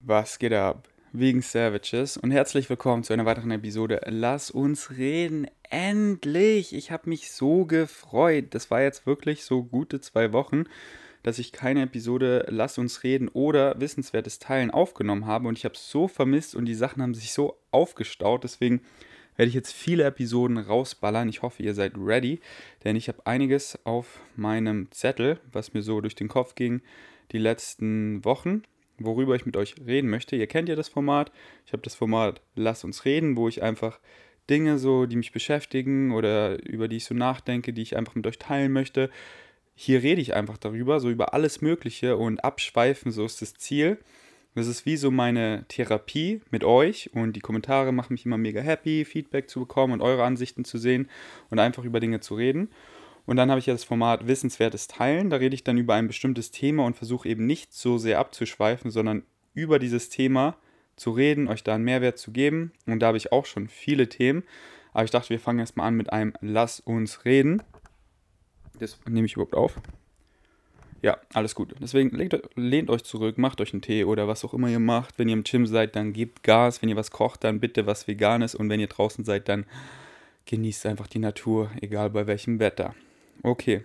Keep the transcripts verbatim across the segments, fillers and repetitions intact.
Was geht ab? Wegen Savages und herzlich willkommen zu einer weiteren Episode Lass uns reden. Endlich! Ich habe mich so gefreut. Das war jetzt wirklich so gute zwei Wochen, dass ich keine Episode Lass uns reden oder Wissenswertes Teilen aufgenommen habe und ich habe es so vermisst und die Sachen haben sich so aufgestaut. Deswegen werde ich jetzt viele Episoden rausballern. Ich hoffe, ihr seid ready, denn ich habe einiges auf meinem Zettel, was mir so durch den Kopf ging die letzten Wochen, worüber ich mit euch reden möchte. Ihr kennt ja das Format. Ich habe das Format Lass uns reden, wo ich einfach Dinge so, die mich beschäftigen oder über die ich so nachdenke, die ich einfach mit euch teilen möchte. Hier rede ich einfach darüber, so über alles Mögliche und abschweifen, so ist das Ziel. Das ist wie so meine Therapie mit euch und die Kommentare machen mich immer mega happy, Feedback zu bekommen und eure Ansichten zu sehen und einfach über Dinge zu reden. Und dann habe ich ja das Format Wissenswertes Teilen. Da rede ich dann über ein bestimmtes Thema und versuche eben nicht so sehr abzuschweifen, sondern über dieses Thema zu reden, euch da einen Mehrwert zu geben. Und da habe ich auch schon viele Themen. Aber ich dachte, wir fangen erstmal an mit einem Lass uns reden. Das nehme ich überhaupt auf. Ja, alles gut. Deswegen lehnt, lehnt euch zurück, macht euch einen Tee oder was auch immer ihr macht. Wenn ihr im Gym seid, dann gebt Gas. Wenn ihr was kocht, dann bitte was Veganes. Und wenn ihr draußen seid, dann genießt einfach die Natur, egal bei welchem Wetter. Okay.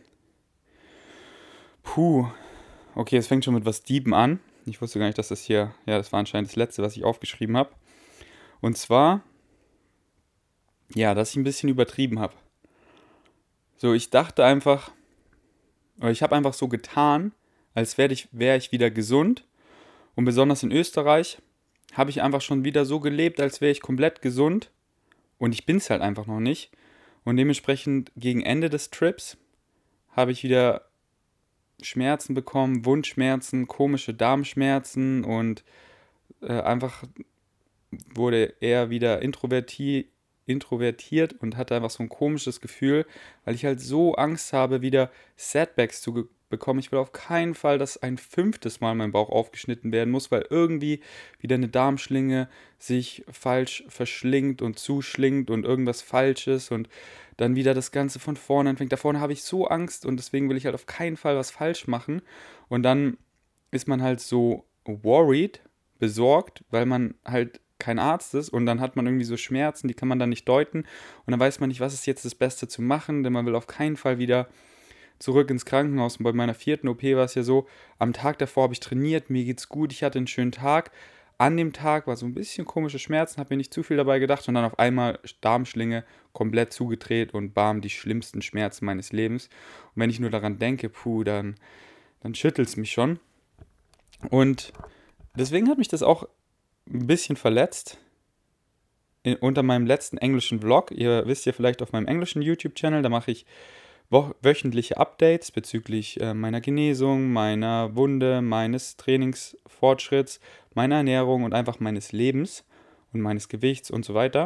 Puh. Okay, es fängt schon mit was Dieben an. Ich wusste gar nicht, dass das hier, ja, das war anscheinend das letzte, was ich aufgeschrieben habe. Und zwar, ja, dass ich ein bisschen übertrieben habe. So, ich dachte einfach, oder ich habe einfach so getan, als wäre ich, wär ich wieder gesund. Und besonders in Österreich habe ich einfach schon wieder so gelebt, als wäre ich komplett gesund. Und ich bin es halt einfach noch nicht. Und dementsprechend gegen Ende des Trips habe ich wieder Schmerzen bekommen, Wundschmerzen, komische Darmschmerzen und äh, einfach wurde eher wieder introverti introvertiert und hatte einfach so ein komisches Gefühl, weil ich halt so Angst habe, wieder Setbacks zu bekommen. Ich will auf keinen Fall, dass ein fünftes Mal mein Bauch aufgeschnitten werden muss, weil irgendwie wieder eine Darmschlinge sich falsch verschlingt und zuschlingt und irgendwas Falsches und dann wieder das Ganze von vorne anfängt. Da vorne habe ich so Angst und deswegen will ich halt auf keinen Fall was falsch machen. Und dann ist man halt so worried, besorgt, weil man halt kein Arzt ist und dann hat man irgendwie so Schmerzen, die kann man dann nicht deuten und dann weiß man nicht, was ist jetzt das Beste zu machen, denn man will auf keinen Fall wieder zurück ins Krankenhaus. Und bei meiner vierten O P war es ja so, am Tag davor habe ich trainiert, mir geht's gut, ich hatte einen schönen Tag. An dem Tag war so ein bisschen komische Schmerzen, habe mir nicht zu viel dabei gedacht und dann auf einmal Darmschlinge komplett zugedreht und bam, die schlimmsten Schmerzen meines Lebens. Und wenn ich nur daran denke, puh, dann, dann schüttelt es mich schon. Und deswegen hat mich das auch ein bisschen verletzt. In, unter meinem letzten englischen Vlog, ihr wisst ja vielleicht auf meinem englischen YouTube-Channel, da mache ich wo- wöchentliche Updates bezüglich äh, meiner Genesung, meiner Wunde, meines Trainingsfortschritts, meiner Ernährung und einfach meines Lebens und meines Gewichts und so weiter.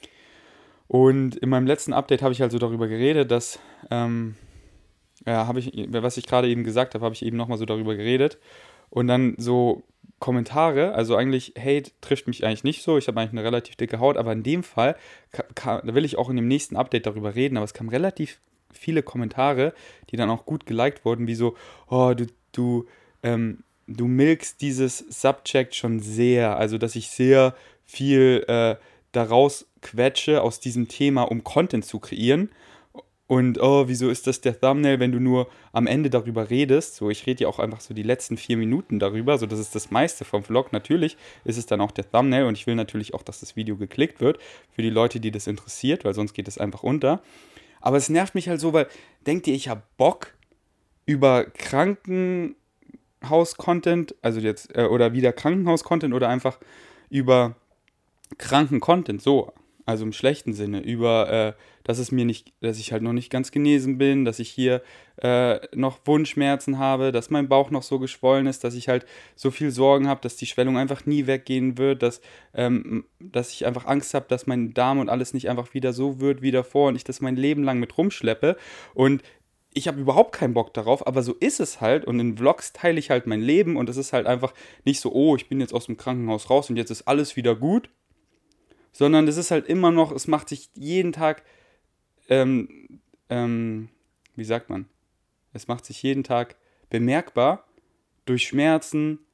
Und in meinem letzten Update habe ich also darüber geredet, dass, ähm, ja, habe ich, was ich gerade eben gesagt habe, habe ich eben nochmal so darüber geredet. Und dann so Kommentare, also eigentlich Hate trifft mich eigentlich nicht so, ich habe eigentlich eine relativ dicke Haut, aber in dem Fall, ka- ka- da will ich auch in dem nächsten Update darüber reden, aber es kamen relativ viele Kommentare, die dann auch gut geliked wurden, wie so, oh, du, du, ähm, du milkst dieses Subject schon sehr, also dass ich sehr viel äh, daraus quetsche aus diesem Thema, um Content zu kreieren. Und oh, wieso ist das der Thumbnail, wenn du nur am Ende darüber redest? So, ich rede ja auch einfach so die letzten vier Minuten darüber, so das ist das meiste vom Vlog. Natürlich ist es dann auch der Thumbnail und ich will natürlich auch, dass das Video geklickt wird für die Leute, die das interessiert, weil sonst geht es einfach unter. Aber es nervt mich halt so, weil denkt ihr, ich habe Bock über Krankenhaus-Content, also jetzt, äh, oder wieder Krankenhaus-Content oder einfach über kranken Content, so, also im schlechten Sinne, über, äh, dass es mir nicht, dass ich halt noch nicht ganz genesen bin, dass ich hier äh, noch Wundschmerzen habe, dass mein Bauch noch so geschwollen ist, dass ich halt so viel Sorgen habe, dass die Schwellung einfach nie weggehen wird, dass, ähm, dass ich einfach Angst habe, dass mein Darm und alles nicht einfach wieder so wird wie davor und ich das mein Leben lang mit rumschleppe und ich habe überhaupt keinen Bock darauf, aber so ist es halt und in Vlogs teile ich halt mein Leben und es ist halt einfach nicht so, oh, ich bin jetzt aus dem Krankenhaus raus und jetzt ist alles wieder gut, sondern es ist halt immer noch, es macht sich jeden Tag, ähm, ähm, wie sagt man, es macht sich jeden Tag bemerkbar durch Schmerzen,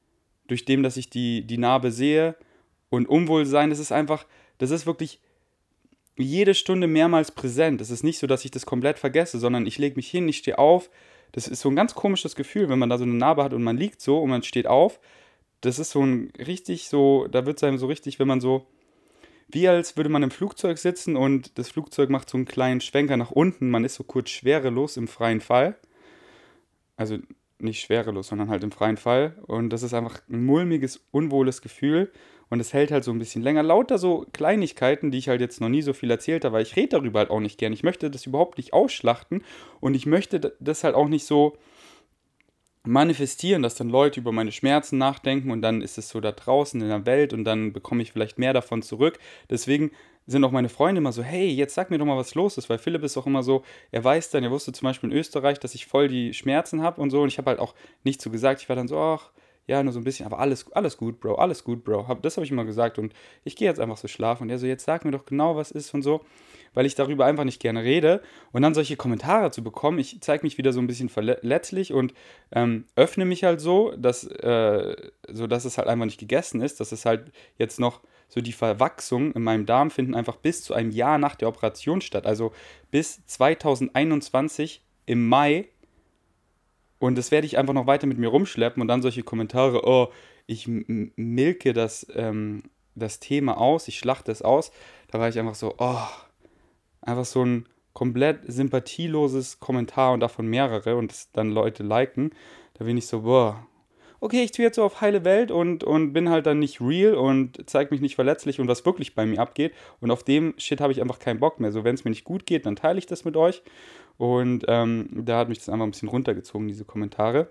durch dem, dass ich die, die Narbe sehe und Unwohlsein, das ist einfach, das ist wirklich jede Stunde mehrmals präsent. Es ist nicht so, dass ich das komplett vergesse, sondern ich lege mich hin, ich stehe auf. Das ist so ein ganz komisches Gefühl, wenn man da so eine Narbe hat und man liegt so und man steht auf. Das ist so ein richtig so, da wird es einem so richtig, wenn man so, wie als würde man im Flugzeug sitzen und das Flugzeug macht so einen kleinen Schwenker nach unten. Man ist so kurz schwerelos im freien Fall. Also nicht schwerelos, sondern halt im freien Fall. Und das ist einfach ein mulmiges, unwohles Gefühl. Und es hält halt so ein bisschen länger. Lauter so Kleinigkeiten, die ich halt jetzt noch nie so viel erzählt habe, weil ich rede darüber halt auch nicht gern. Ich möchte das überhaupt nicht ausschlachten und ich möchte das halt auch nicht so manifestieren, dass dann Leute über meine Schmerzen nachdenken und dann ist es so da draußen in der Welt und dann bekomme ich vielleicht mehr davon zurück. Deswegen sind auch meine Freunde immer so, hey, jetzt sag mir doch mal, was los ist, weil Philipp ist auch immer so, er weiß dann, er wusste zum Beispiel in Österreich, dass ich voll die Schmerzen habe und so und ich habe halt auch nichts so gesagt, ich war dann so, ach, ja, nur so ein bisschen, aber alles, alles gut, Bro, alles gut, Bro, hab, das habe ich immer gesagt und ich gehe jetzt einfach so schlafen und er so, jetzt sag mir doch genau, was ist und so, weil ich darüber einfach nicht gerne rede und dann solche Kommentare zu bekommen, ich zeige mich wieder so ein bisschen verletzlich und ähm, öffne mich halt so, dass, äh, so, dass es halt einfach nicht gegessen ist, dass es halt jetzt noch so die Verwachsung in meinem Darm finden einfach bis zu einem Jahr nach der Operation statt. Also bis zwanzig einundzwanzig im Mai. Und das werde ich einfach noch weiter mit mir rumschleppen und dann solche Kommentare, oh, ich m- milke das, ähm, das Thema aus, ich schlachte es aus. Da war ich einfach so, oh, einfach so ein komplett sympathieloses Kommentar und davon mehrere und das dann Leute liken. Da bin ich so, boah, okay, ich tue jetzt so auf heile Welt und, und bin halt dann nicht real und zeige mich nicht verletzlich und was wirklich bei mir abgeht. Und auf dem Shit habe ich einfach keinen Bock mehr. So, wenn es mir nicht gut geht, dann teile ich das mit euch. Und ähm, da hat mich das einfach ein bisschen runtergezogen, diese Kommentare.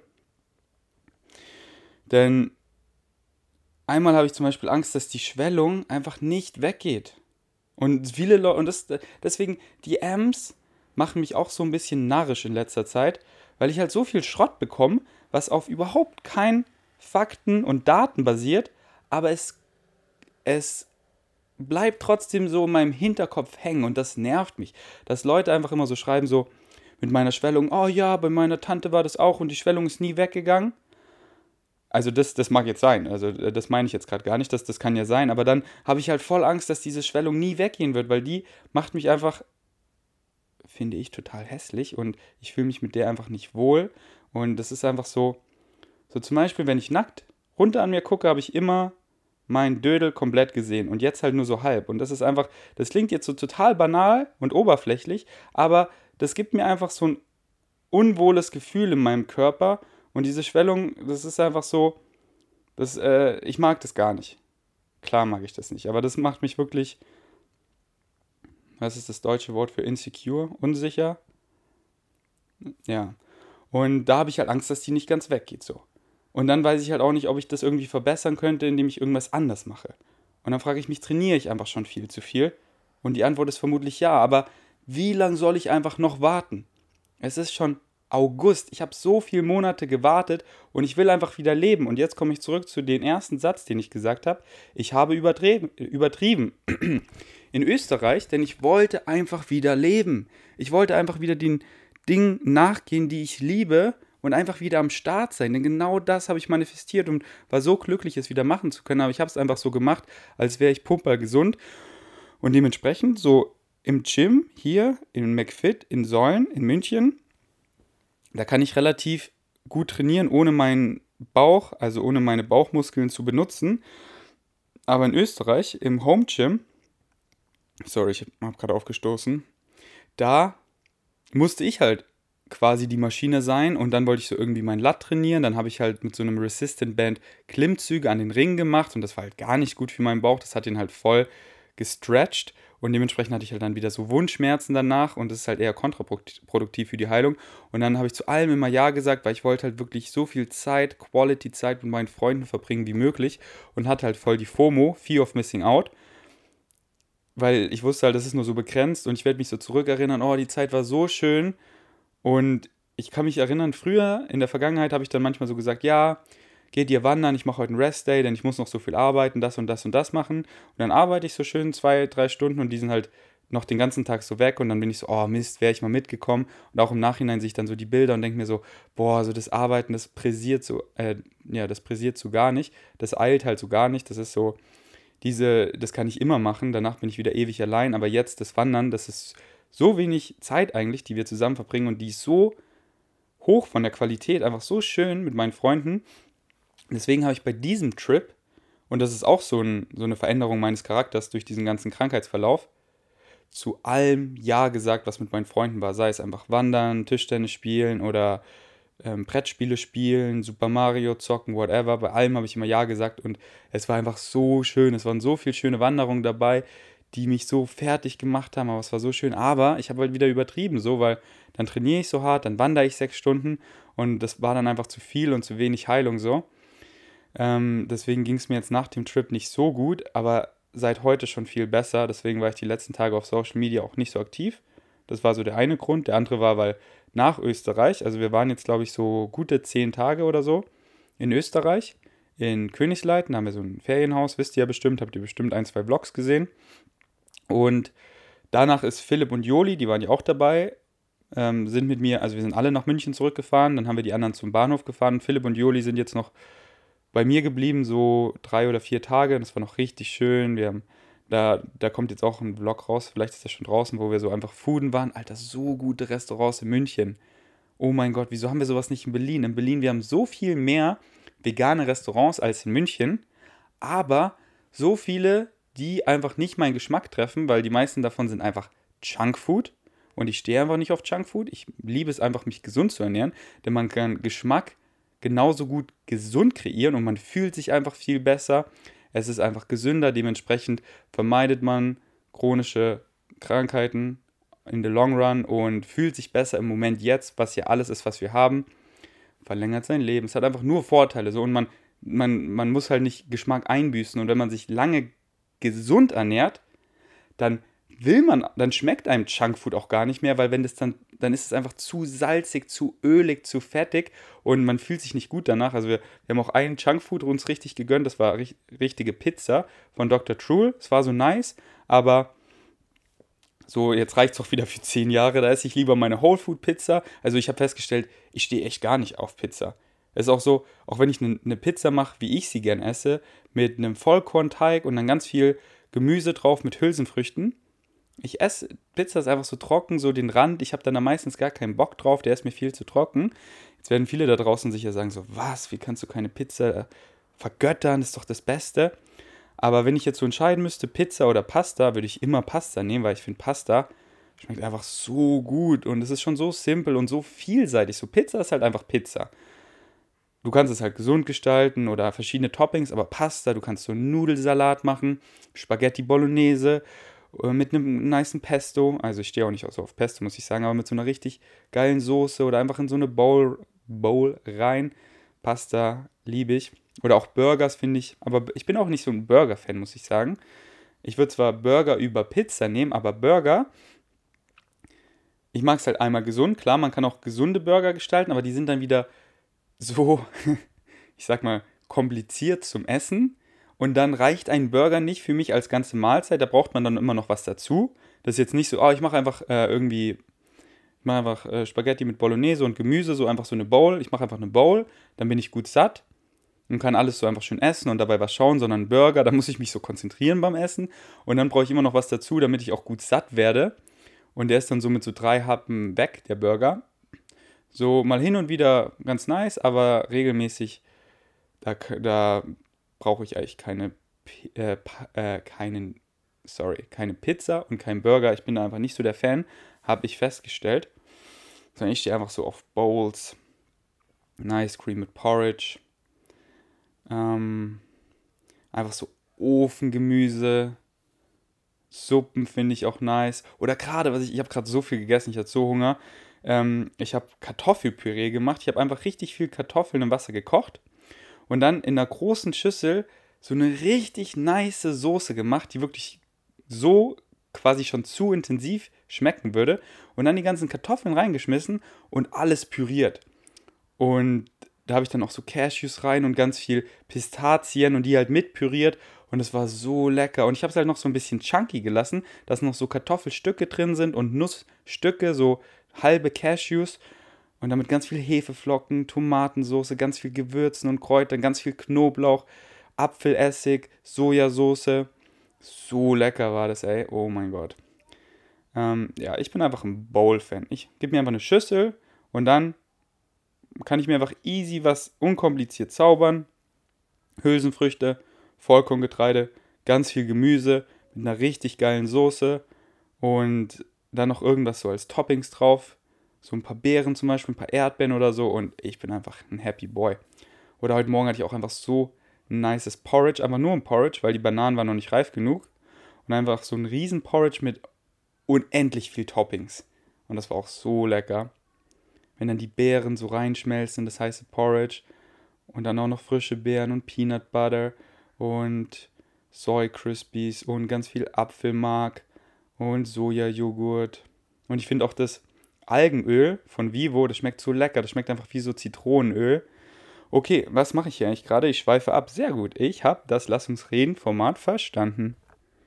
Denn einmal habe ich zum Beispiel Angst, dass die Schwellung einfach nicht weggeht. Und viele Leute, und das, deswegen, die Amps machen mich auch so ein bisschen narrisch in letzter Zeit, weil ich halt so viel Schrott bekomme, was auf überhaupt keinen Fakten und Daten basiert, aber es, es bleibt trotzdem so in meinem Hinterkopf hängen und das nervt mich, dass Leute einfach immer so schreiben, so mit meiner Schwellung, oh ja, bei meiner Tante war das auch und die Schwellung ist nie weggegangen. Also das, das mag jetzt sein, also das meine ich jetzt gerade gar nicht, das, das kann ja sein, aber dann habe ich halt voll Angst, dass diese Schwellung nie weggehen wird, weil die macht mich einfach, finde ich, total hässlich und ich fühle mich mit der einfach nicht wohl und das ist einfach so, so zum Beispiel, wenn ich nackt runter an mir gucke, habe ich immer mein Dödel komplett gesehen und jetzt halt nur so halb und das ist einfach, das klingt jetzt so total banal und oberflächlich, aber das gibt mir einfach so ein unwohles Gefühl in meinem Körper und diese Schwellung, das ist einfach so, das, äh, ich mag das gar nicht. Klar mag ich das nicht, aber das macht mich wirklich, was ist das deutsche Wort für insecure, unsicher? Ja. Und da habe ich halt Angst, dass die nicht ganz weggeht so. Und dann weiß ich halt auch nicht, ob ich das irgendwie verbessern könnte, indem ich irgendwas anders mache. Und dann frage ich mich, trainiere ich einfach schon viel zu viel? Und die Antwort ist vermutlich ja, aber wie lange soll ich einfach noch warten? Es ist schon August. Ich habe so viele Monate gewartet und ich will einfach wieder leben. Und jetzt komme ich zurück zu dem ersten Satz, den ich gesagt habe. Ich habe übertrieben, übertrieben in Österreich, denn ich wollte einfach wieder leben. Ich wollte einfach wieder den Dingen nachgehen, die ich liebe und einfach wieder am Start sein. Denn genau das habe ich manifestiert und war so glücklich, es wieder machen zu können. Aber ich habe es einfach so gemacht, als wäre ich pumper gesund. Und dementsprechend so im Gym hier in McFit in Säulen in München, da kann ich relativ gut trainieren, ohne meinen Bauch, also ohne meine Bauchmuskeln zu benutzen. Aber in Österreich, im Home Gym, sorry, ich habe gerade aufgestoßen, da musste ich halt quasi die Maschine sein und dann wollte ich so irgendwie mein Lat trainieren. Dann habe ich halt mit so einem Resistant Band Klimmzüge an den Ringen gemacht und das war halt gar nicht gut für meinen Bauch. Das hat ihn halt voll gestretched und dementsprechend hatte ich halt dann wieder so Wundschmerzen danach und das ist halt eher kontraproduktiv für die Heilung. Und dann habe ich zu allem immer Ja gesagt, weil ich wollte halt wirklich so viel Zeit, Quality-Zeit mit meinen Freunden verbringen wie möglich und hatte halt voll die FOMO, Fear of Missing Out, weil ich wusste halt, das ist nur so begrenzt und ich werde mich so zurückerinnern, oh, die Zeit war so schön und ich kann mich erinnern, früher, in der Vergangenheit habe ich dann manchmal so gesagt, ja, geht ihr wandern, ich mache heute einen Restday, denn ich muss noch so viel arbeiten, das und das und das machen. Und dann arbeite ich so schön zwei, drei Stunden und die sind halt noch den ganzen Tag so weg und dann bin ich so, oh Mist, wäre ich mal mitgekommen. Und auch im Nachhinein sehe ich dann so die Bilder und denke mir so, boah, so das Arbeiten, das pressiert so, äh, ja, das pressiert so gar nicht. Das eilt halt so gar nicht. Das ist so, diese, das kann ich immer machen. Danach bin ich wieder ewig allein. Aber jetzt das Wandern, das ist so wenig Zeit eigentlich, die wir zusammen verbringen und die ist so hoch von der Qualität, einfach so schön mit meinen Freunden. Deswegen habe ich bei diesem Trip, und das ist auch so, ein, so eine Veränderung meines Charakters durch diesen ganzen Krankheitsverlauf, zu allem Ja gesagt, was mit meinen Freunden war. Sei es einfach wandern, Tischtennis spielen oder ähm, Brettspiele spielen, Super Mario zocken, whatever. Bei allem habe ich immer Ja gesagt und es war einfach so schön. Es waren so viele schöne Wanderungen dabei, die mich so fertig gemacht haben, aber es war so schön. Aber ich habe halt wieder übertrieben, so, weil dann trainiere ich so hart, dann wandere ich sechs Stunden und das war dann einfach zu viel und zu wenig Heilung so. Ähm, deswegen ging es mir jetzt nach dem Trip nicht so gut, aber seit heute schon viel besser. Deswegen war ich die letzten Tage auf Social Media auch nicht so aktiv. Das war so der eine Grund. Der andere war, weil nach Österreich, also wir waren jetzt, glaube ich, so gute zehn Tage oder so in Österreich, in Königsleiten, da haben wir so ein Ferienhaus, wisst ihr ja bestimmt, habt ihr bestimmt ein, zwei Vlogs gesehen. Und danach ist Philipp und Joli, die waren ja auch dabei, ähm, sind mit mir, also wir sind alle nach München zurückgefahren, dann haben wir die anderen zum Bahnhof gefahren. Philipp und Joli sind jetzt noch bei mir geblieben, so drei oder vier Tage. Das war noch richtig schön. Wir haben, da, da kommt jetzt auch ein Vlog raus, vielleicht ist das schon draußen, wo wir so einfach fooden waren. Alter, so gute Restaurants in München. Oh mein Gott, wieso haben wir sowas nicht in Berlin? In Berlin, wir haben so viel mehr vegane Restaurants als in München, aber so viele, die einfach nicht meinen Geschmack treffen, weil die meisten davon sind einfach Junkfood. Und ich stehe einfach nicht auf Junkfood. Ich liebe es einfach, mich gesund zu ernähren, denn man kann Geschmack genauso gut gesund kreieren und man fühlt sich einfach viel besser. Es ist einfach gesünder, dementsprechend vermeidet man chronische Krankheiten in the long run und fühlt sich besser im Moment jetzt, was hier alles ist, was wir haben, verlängert sein Leben. Es hat einfach nur Vorteile so und man, man, man muss halt nicht Geschmack einbüßen und wenn man sich lange gesund ernährt, dann will man, dann schmeckt einem Junkfood auch gar nicht mehr, weil wenn das dann, dann ist es einfach zu salzig, zu ölig, zu fettig und man fühlt sich nicht gut danach. Also wir, wir haben auch einen Junkfood uns richtig gegönnt, das war ri- richtige Pizza von Doktor Trul. Es war so nice, aber so, jetzt reicht es auch wieder für zehn Jahre, da esse ich lieber meine Whole Food Pizza. Also ich habe festgestellt, ich stehe echt gar nicht auf Pizza. Es ist auch so, auch wenn ich eine ne Pizza mache, wie ich sie gern esse, mit einem Vollkornteig und dann ganz viel Gemüse drauf mit Hülsenfrüchten, ich esse, Pizza ist einfach so trocken, so den Rand. Ich habe dann da meistens gar keinen Bock drauf, der ist mir viel zu trocken. Jetzt werden viele da draußen sicher sagen so, was, wie kannst du keine Pizza vergöttern, das ist doch das Beste. Aber wenn ich jetzt so entscheiden müsste, Pizza oder Pasta, würde ich immer Pasta nehmen, weil ich finde Pasta schmeckt einfach so gut und es ist schon so simpel und so vielseitig. So Pizza ist halt einfach Pizza. Du kannst es halt gesund gestalten oder verschiedene Toppings, aber Pasta, du kannst so einen Nudelsalat machen, Spaghetti Bolognese äh, mit einem nicen Pesto. Also ich stehe auch nicht so auf Pesto, muss ich sagen, aber mit so einer richtig geilen Soße oder einfach in so eine Bowl, Bowl rein. Pasta liebe ich. Oder auch Burgers finde ich, aber ich bin auch nicht so ein Burger-Fan, muss ich sagen. Ich würde zwar Burger über Pizza nehmen, aber Burger, ich mag es halt einmal gesund. Klar, man kann auch gesunde Burger gestalten, aber die sind dann wieder so, ich sag mal, kompliziert zum Essen. Und dann reicht ein Burger nicht für mich als ganze Mahlzeit. Da braucht man dann immer noch was dazu. Das ist jetzt nicht so, oh, ich mache einfach äh, irgendwie, ich mache einfach äh, Spaghetti mit Bolognese und Gemüse, so einfach so eine Bowl. Ich mache einfach eine Bowl, dann bin ich gut satt und kann alles so einfach schön essen und dabei was schauen, sondern ein Burger, da muss ich mich so konzentrieren beim Essen. Und dann brauche ich immer noch was dazu, damit ich auch gut satt werde. Und der ist dann so mit so drei Happen weg, der Burger. So mal hin und wieder ganz nice, aber regelmäßig, da, da brauche ich eigentlich keine, äh, äh, keinen, sorry, keine Pizza und keinen Burger. Ich bin da einfach nicht so der Fan, habe ich festgestellt. Sondern ich stehe einfach so auf Bowls, Nice Cream mit Porridge, ähm, einfach so Ofengemüse, Suppen finde ich auch nice. Oder gerade, was ich, ich habe gerade so viel gegessen, ich hatte so Hunger. Ähm, ich habe Kartoffelpüree gemacht. Ich habe einfach richtig viel Kartoffeln im Wasser gekocht und dann in einer großen Schüssel so eine richtig nice Soße gemacht, die wirklich so quasi schon zu intensiv schmecken würde. Und dann die ganzen Kartoffeln reingeschmissen und alles püriert. Und da habe ich dann auch so Cashews rein und ganz viel Pistazien und die halt mitpüriert. Und es war so lecker. Und ich habe es halt noch so ein bisschen chunky gelassen, dass noch so Kartoffelstücke drin sind und Nussstücke, so halbe Cashews. Und damit ganz viel Hefeflocken, Tomatensauce, ganz viel Gewürzen und Kräutern, ganz viel Knoblauch, Apfelessig, Sojasauce. So lecker war das, ey. Oh mein Gott. Ähm, ja, ich bin einfach ein Bowl-Fan. Ich gebe mir einfach eine Schüssel und dann kann ich mir einfach easy was unkompliziert zaubern. Hülsenfrüchte, Vollkorngetreide, ganz viel Gemüse mit einer richtig geilen Soße und dann noch irgendwas so als Toppings drauf. So ein paar Beeren zum Beispiel, ein paar Erdbeeren oder so und ich bin einfach ein Happy Boy. Oder heute Morgen hatte ich auch einfach so ein nices Porridge, einfach nur ein Porridge, weil die Bananen waren noch nicht reif genug. Und einfach so ein riesen Porridge mit unendlich viel Toppings. Und das war auch so lecker. Wenn dann die Beeren so reinschmelzen, das heiße Porridge. Und dann auch noch frische Beeren und Peanut Butter und Soy Crispies und ganz viel Apfelmark und Sojajoghurt. Und ich finde auch das Algenöl von Vivo, das schmeckt so lecker. Das schmeckt einfach wie so Zitronenöl. Okay, was mache ich hier eigentlich gerade? Ich schweife ab. Sehr gut. Ich habe das Lass uns reden Format verstanden.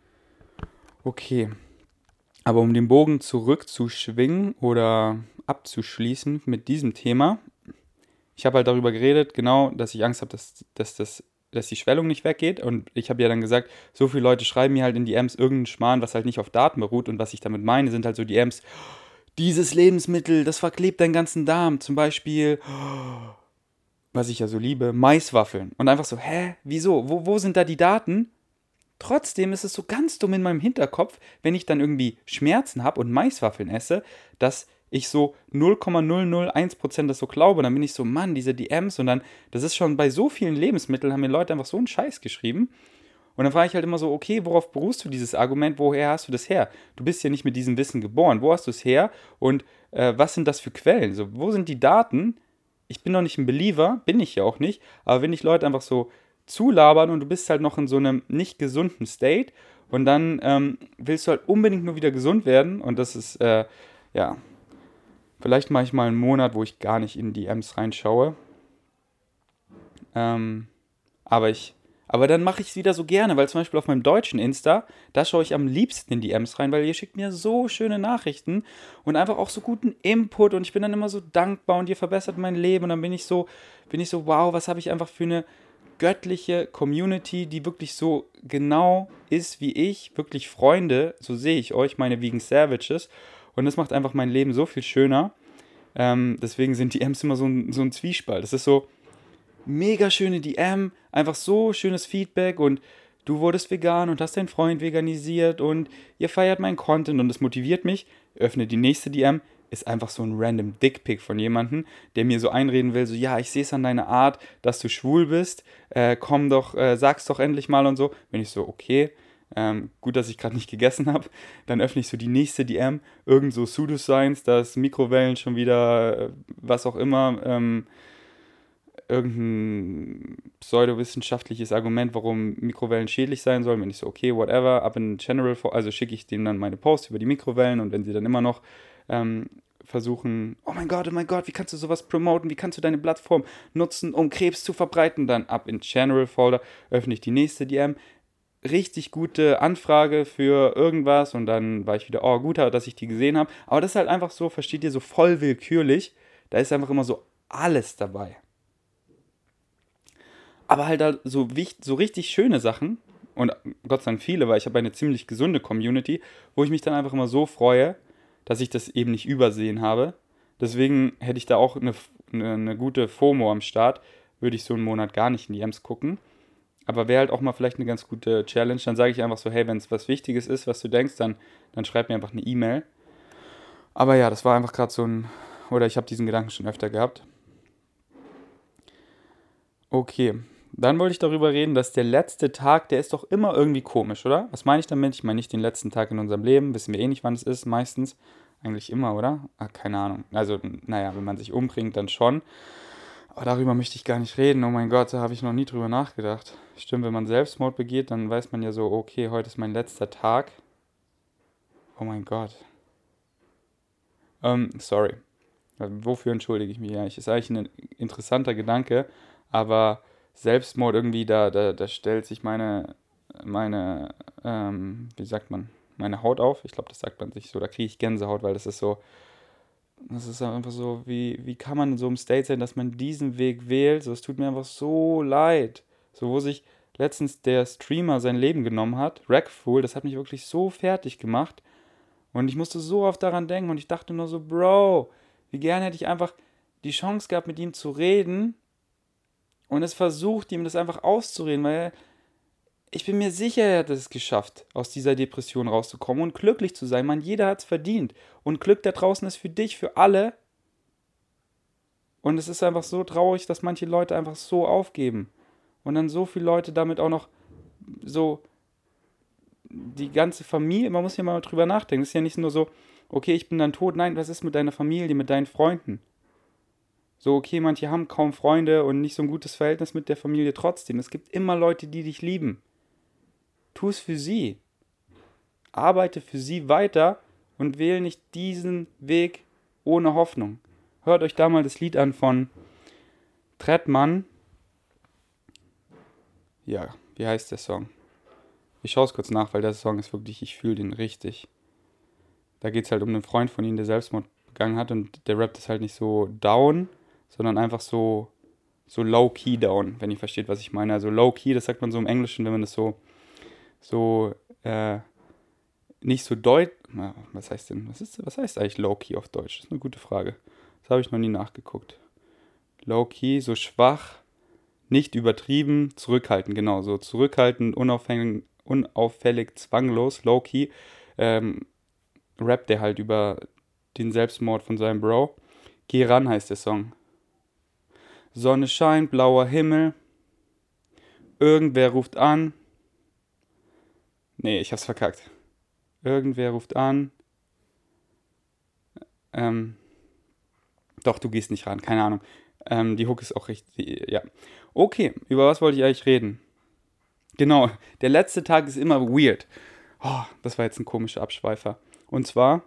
Okay. Aber um den Bogen zurückzuschwingen oder abzuschließen mit diesem Thema, ich habe halt darüber geredet, genau, dass ich Angst habe, dass, dass, dass, dass die Schwellung nicht weggeht. Und ich habe ja dann gesagt, so viele Leute schreiben mir halt in D Ms irgendeinen Schmarrn, was halt nicht auf Daten beruht. Und was ich damit meine, sind halt so D Ms, dieses Lebensmittel, das verklebt deinen ganzen Darm. Zum Beispiel, was ich ja so liebe, Maiswaffeln. Und einfach so, hä, wieso? Wo, wo sind da die Daten? Trotzdem ist es so ganz dumm in meinem Hinterkopf, wenn ich dann irgendwie Schmerzen habe und Maiswaffeln esse, dass ich so null Komma null null eins Prozent das so glaube. Und dann bin ich so, Mann, diese D Ms. Und dann, das ist schon bei so vielen Lebensmitteln, haben mir Leute einfach so einen Scheiß geschrieben. Und dann frage ich halt immer so, okay, worauf beruhst du dieses Argument? Woher hast du das her? Du bist ja nicht mit diesem Wissen geboren. Wo hast du es her? Und äh, was sind das für Quellen? So, wo sind die Daten? Ich bin doch nicht ein Believer, bin ich ja auch nicht. Aber wenn ich Leute einfach so zulabern und du bist halt noch in so einem nicht gesunden State und dann ähm, willst du halt unbedingt nur wieder gesund werden und das ist, äh, ja, vielleicht mache ich mal einen Monat, wo ich gar nicht in die D Ms reinschaue. Ähm, aber ich, aber dann mache ich es wieder so gerne, weil zum Beispiel auf meinem deutschen Insta, da schaue ich am liebsten in die D Ms rein, weil ihr schickt mir so schöne Nachrichten und einfach auch so guten Input und ich bin dann immer so dankbar und ihr verbessert mein Leben und dann bin ich so, bin ich so, wow, was habe ich einfach für eine göttliche Community, die wirklich so genau ist wie ich, wirklich Freunde, so sehe ich euch, meine Vegan Savages. Und das macht einfach mein Leben so viel schöner. Ähm, deswegen sind die Ms immer so ein, so ein Zwiespalt. Das ist so mega schöne D M, einfach so schönes Feedback und du wurdest vegan und hast deinen Freund veganisiert und ihr feiert meinen Content und das motiviert mich. Öffne die nächste D M, ist einfach so ein random Dickpick von jemandem, der mir so einreden will, so, ja, ich sehe es an deiner Art, dass du schwul bist, äh, komm doch, äh, sag's doch endlich mal und so. Bin ich so, okay, ähm, gut, dass ich gerade nicht gegessen habe. Dann öffne ich so die nächste D M, irgend so Pseudoscience, dass Mikrowellen schon wieder, äh, was auch immer, ähm, irgendein pseudowissenschaftliches Argument, warum Mikrowellen schädlich sein sollen. Wenn ich so, okay, whatever, up in general, also schicke ich denen dann meine Posts über die Mikrowellen und wenn sie dann immer noch ähm, versuchen, oh mein Gott, oh mein Gott, wie kannst du sowas promoten, wie kannst du deine Plattform nutzen, um Krebs zu verbreiten, dann up in general Folder öffne ich die nächste D M, richtig gute Anfrage für irgendwas und dann war ich wieder, oh gut, dass ich die gesehen habe, aber das ist halt einfach so, versteht ihr, so voll willkürlich, da ist einfach immer so alles dabei. Aber halt da so, wichtig, so richtig schöne Sachen und Gott sei Dank viele, weil ich habe eine ziemlich gesunde Community, wo ich mich dann einfach immer so freue, dass ich das eben nicht übersehen habe. Deswegen hätte ich da auch eine, eine, eine gute FOMO am Start, würde ich so einen Monat gar nicht in die Ems gucken. Aber wäre halt auch mal vielleicht eine ganz gute Challenge. Dann sage ich einfach so, hey, wenn es was Wichtiges ist, was du denkst, dann, dann schreib mir einfach eine E-Mail. Aber ja, das war einfach gerade so ein, oder ich habe diesen Gedanken schon öfter gehabt. Okay, dann wollte ich darüber reden, dass der letzte Tag, der ist doch immer irgendwie komisch, oder? Was meine ich damit? Ich meine nicht den letzten Tag in unserem Leben, wissen wir eh nicht, wann es ist, meistens. Eigentlich immer, oder? Ah, keine Ahnung. Also, naja, wenn man sich umbringt, dann schon. Aber darüber möchte ich gar nicht reden. Oh mein Gott, da habe ich noch nie drüber nachgedacht. Stimmt, wenn man Selbstmord begeht, dann weiß man ja so, okay, heute ist mein letzter Tag. Oh mein Gott. Ähm, sorry. Wofür entschuldige ich mich eigentlich? Ist eigentlich ein interessanter Gedanke, aber Selbstmord irgendwie, da, da, da stellt sich meine, meine, ähm, wie sagt man, meine Haut auf. Ich glaube, das sagt man sich so, da kriege ich Gänsehaut, weil das ist so, das ist einfach so, wie, wie kann man in so einem State sein, dass man diesen Weg wählt? So, es tut mir einfach so leid. So, wo sich letztens der Streamer sein Leben genommen hat, Rackfool, das hat mich wirklich so fertig gemacht. Und ich musste so oft daran denken und ich dachte nur so, Bro, wie gerne hätte ich einfach die Chance gehabt, mit ihm zu reden und es versucht, ihm das einfach auszureden, weil ich bin mir sicher, er hat es geschafft, aus dieser Depression rauszukommen und glücklich zu sein. Man, jeder hat es verdient. Und Glück da draußen ist für dich, für alle. Und es ist einfach so traurig, dass manche Leute einfach so aufgeben. Und dann so viele Leute damit auch noch so die ganze Familie, man muss ja mal drüber nachdenken. Es ist ja nicht nur so, okay, ich bin dann tot. Nein, was ist mit deiner Familie, mit deinen Freunden? So, okay, manche haben kaum Freunde und nicht so ein gutes Verhältnis mit der Familie trotzdem. Es gibt immer Leute, die dich lieben. Tu es für sie. Arbeite für sie weiter und wähle nicht diesen Weg ohne Hoffnung. Hört euch da mal das Lied an von Trettmann. Ja, wie heißt der Song? Ich schaue es kurz nach, weil der Song ist wirklich, ich fühle den richtig. Da geht es halt um einen Freund von ihm, der Selbstmord begangen hat und der rappt ist halt nicht so down, sondern einfach so, so low-key down, wenn ihr versteht, was ich meine. Also low-key, das sagt man so im Englischen, wenn man das so, so, äh, nicht so deut... Was heißt denn, was ist, was heißt eigentlich low-key auf Deutsch? Das ist eine gute Frage. Das habe ich noch nie nachgeguckt. Low-key, so schwach, nicht übertrieben, zurückhaltend, genau, so zurückhaltend, unauffällig, unauffällig zwanglos, low-key, ähm, rappt der halt über den Selbstmord von seinem Bro. Geh ran heißt der Song. Sonne scheint, blauer Himmel, irgendwer ruft an. Nee, ich hab's verkackt. Irgendwer ruft an. Ähm, doch, du gehst nicht ran, keine Ahnung. Ähm, die Hook ist auch richtig, ja. Okay, über was wollte ich eigentlich reden? Genau, der letzte Tag ist immer weird. Oh, das war jetzt ein komischer Abschweifer. Und zwar,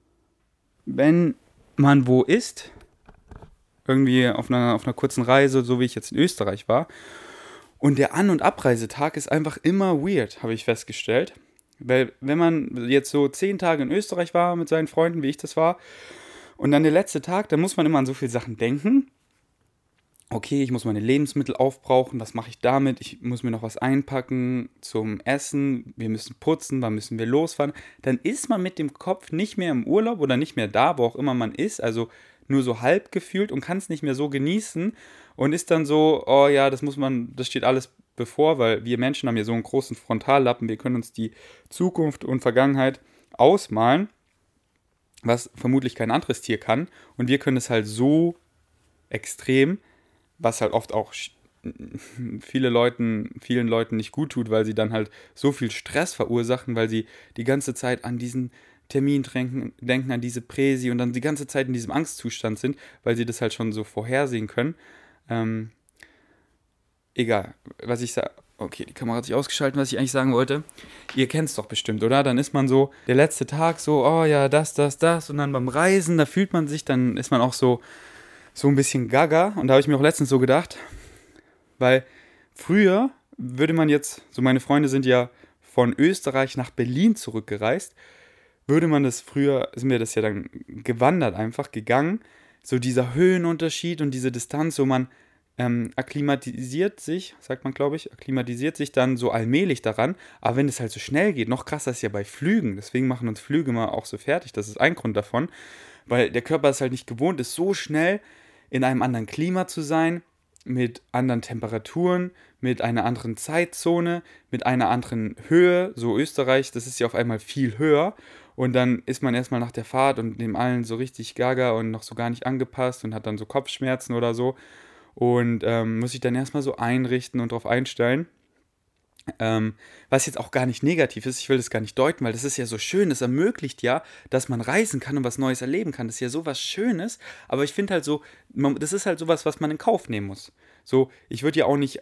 wenn man wo ist, irgendwie auf einer, auf einer kurzen Reise, so wie ich jetzt in Österreich war, und der An- und Abreisetag ist einfach immer weird, habe ich festgestellt. Weil wenn man jetzt so zehn Tage in Österreich war mit seinen Freunden, wie ich das war, und dann der letzte Tag, dann muss man immer an so viele Sachen denken. Okay, ich muss meine Lebensmittel aufbrauchen, was mache ich damit? Ich muss mir noch was einpacken zum Essen, wir müssen putzen, wann müssen wir losfahren? Dann ist man mit dem Kopf nicht mehr im Urlaub oder nicht mehr da, wo auch immer man ist, also nur so halb gefühlt und kann es nicht mehr so genießen und ist dann so, oh ja, das muss man, das steht alles bevor, weil wir Menschen haben ja so einen großen Frontallappen, wir können uns die Zukunft und Vergangenheit ausmalen, was vermutlich kein anderes Tier kann und wir können es halt so extrem, was halt oft auch viele Leuten, vielen Leuten nicht gut tut, weil sie dann halt so viel Stress verursachen, weil sie die ganze Zeit an diesen Termin denken, denken an diese Präsi und dann die ganze Zeit in diesem Angstzustand sind, weil sie das halt schon so vorhersehen können. Ähm, egal, was ich sage. Okay, die Kamera hat sich ausgeschaltet, was ich eigentlich sagen wollte. Ihr kennt es doch bestimmt, oder? Dann ist man so, der letzte Tag so, oh ja, das, das, das. Und dann beim Reisen, da fühlt man sich, dann ist man auch so, so ein bisschen gaga. Und da habe ich mir auch letztens so gedacht, weil früher würde man jetzt, so meine Freunde sind ja von Österreich nach Berlin zurückgereist, würde man das früher, sind wir das ja dann gewandert einfach, gegangen, so dieser Höhenunterschied und diese Distanz, so man ähm, akklimatisiert sich, sagt man glaube ich, akklimatisiert sich dann so allmählich daran, aber wenn es halt so schnell geht, noch krasser ist ja bei Flügen, deswegen machen uns Flüge mal auch so fertig, das ist ein Grund davon, weil der Körper es halt nicht gewohnt ist, so schnell in einem anderen Klima zu sein, mit anderen Temperaturen, mit einer anderen Zeitzone, mit einer anderen Höhe, so Österreich, das ist ja auf einmal viel höher und dann ist man erstmal nach der Fahrt und dem allen so richtig gaga und noch so gar nicht angepasst und hat dann so Kopfschmerzen oder so und ähm, muss sich dann erstmal so einrichten und darauf einstellen. Ähm, was jetzt auch gar nicht negativ ist, ich will das gar nicht deuten, weil das ist ja so schön, das ermöglicht ja, dass man reisen kann und was Neues erleben kann, das ist ja so was Schönes, aber ich finde halt so, man, das ist halt sowas, was man in Kauf nehmen muss. So, ich würde ja auch nicht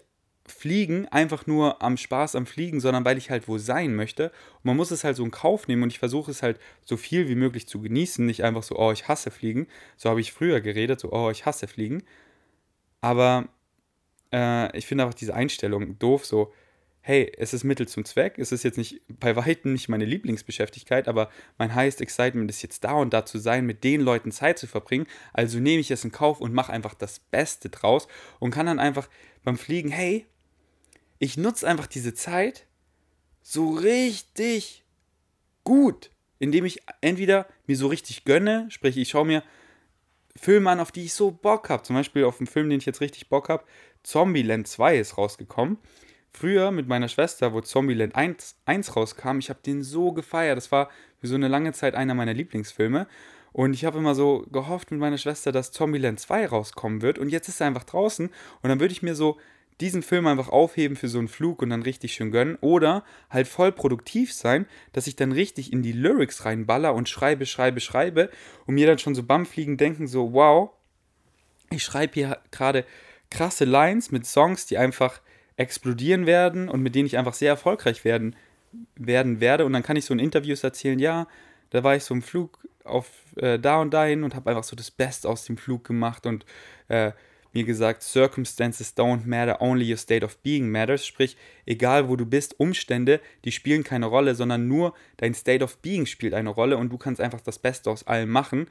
Fliegen einfach nur am Spaß am Fliegen, sondern weil ich halt wo sein möchte. Und man muss es halt so in Kauf nehmen und ich versuche es halt so viel wie möglich zu genießen. Nicht einfach so, oh, ich hasse Fliegen. So habe ich früher geredet, so, oh, ich hasse Fliegen. Aber äh, ich finde einfach diese Einstellung doof, so, hey, es ist Mittel zum Zweck. Es ist jetzt nicht bei Weitem nicht meine Lieblingsbeschäftigkeit, aber mein highest excitement ist jetzt da und da zu sein, mit den Leuten Zeit zu verbringen. Also nehme ich es in Kauf und mache einfach das Beste draus und kann dann einfach beim Fliegen, hey, ich nutze einfach diese Zeit so richtig gut, indem ich entweder mir so richtig gönne, sprich ich schaue mir Filme an, auf die ich so Bock habe. Zum Beispiel auf einen Film, den ich jetzt richtig Bock habe. Zombieland zwei ist rausgekommen. Früher mit meiner Schwester, wo Zombieland eins, eins rauskam, ich habe den so gefeiert. Das war für so eine lange Zeit einer meiner Lieblingsfilme. Und ich habe immer so gehofft mit meiner Schwester, dass Zombieland zwei rauskommen wird. Und jetzt ist er einfach draußen. Und dann würde ich mir so diesen Film einfach aufheben für so einen Flug und dann richtig schön gönnen. Oder halt voll produktiv sein, dass ich dann richtig in die Lyrics reinballer und schreibe, schreibe, schreibe. Und mir dann schon so beim Fliegen denken, so wow, ich schreibe hier gerade krasse Lines mit Songs, die einfach explodieren werden und mit denen ich einfach sehr erfolgreich werden, werden werde. Und dann kann ich so in Interviews erzählen, ja, da war ich so im Flug auf äh, da und dahin und habe einfach so das Beste aus dem Flug gemacht und äh, mir gesagt, Circumstances don't matter, only your state of being matters. Sprich, egal wo du bist, Umstände, die spielen keine Rolle, sondern nur dein State of being spielt eine Rolle und du kannst einfach das Beste aus allem machen.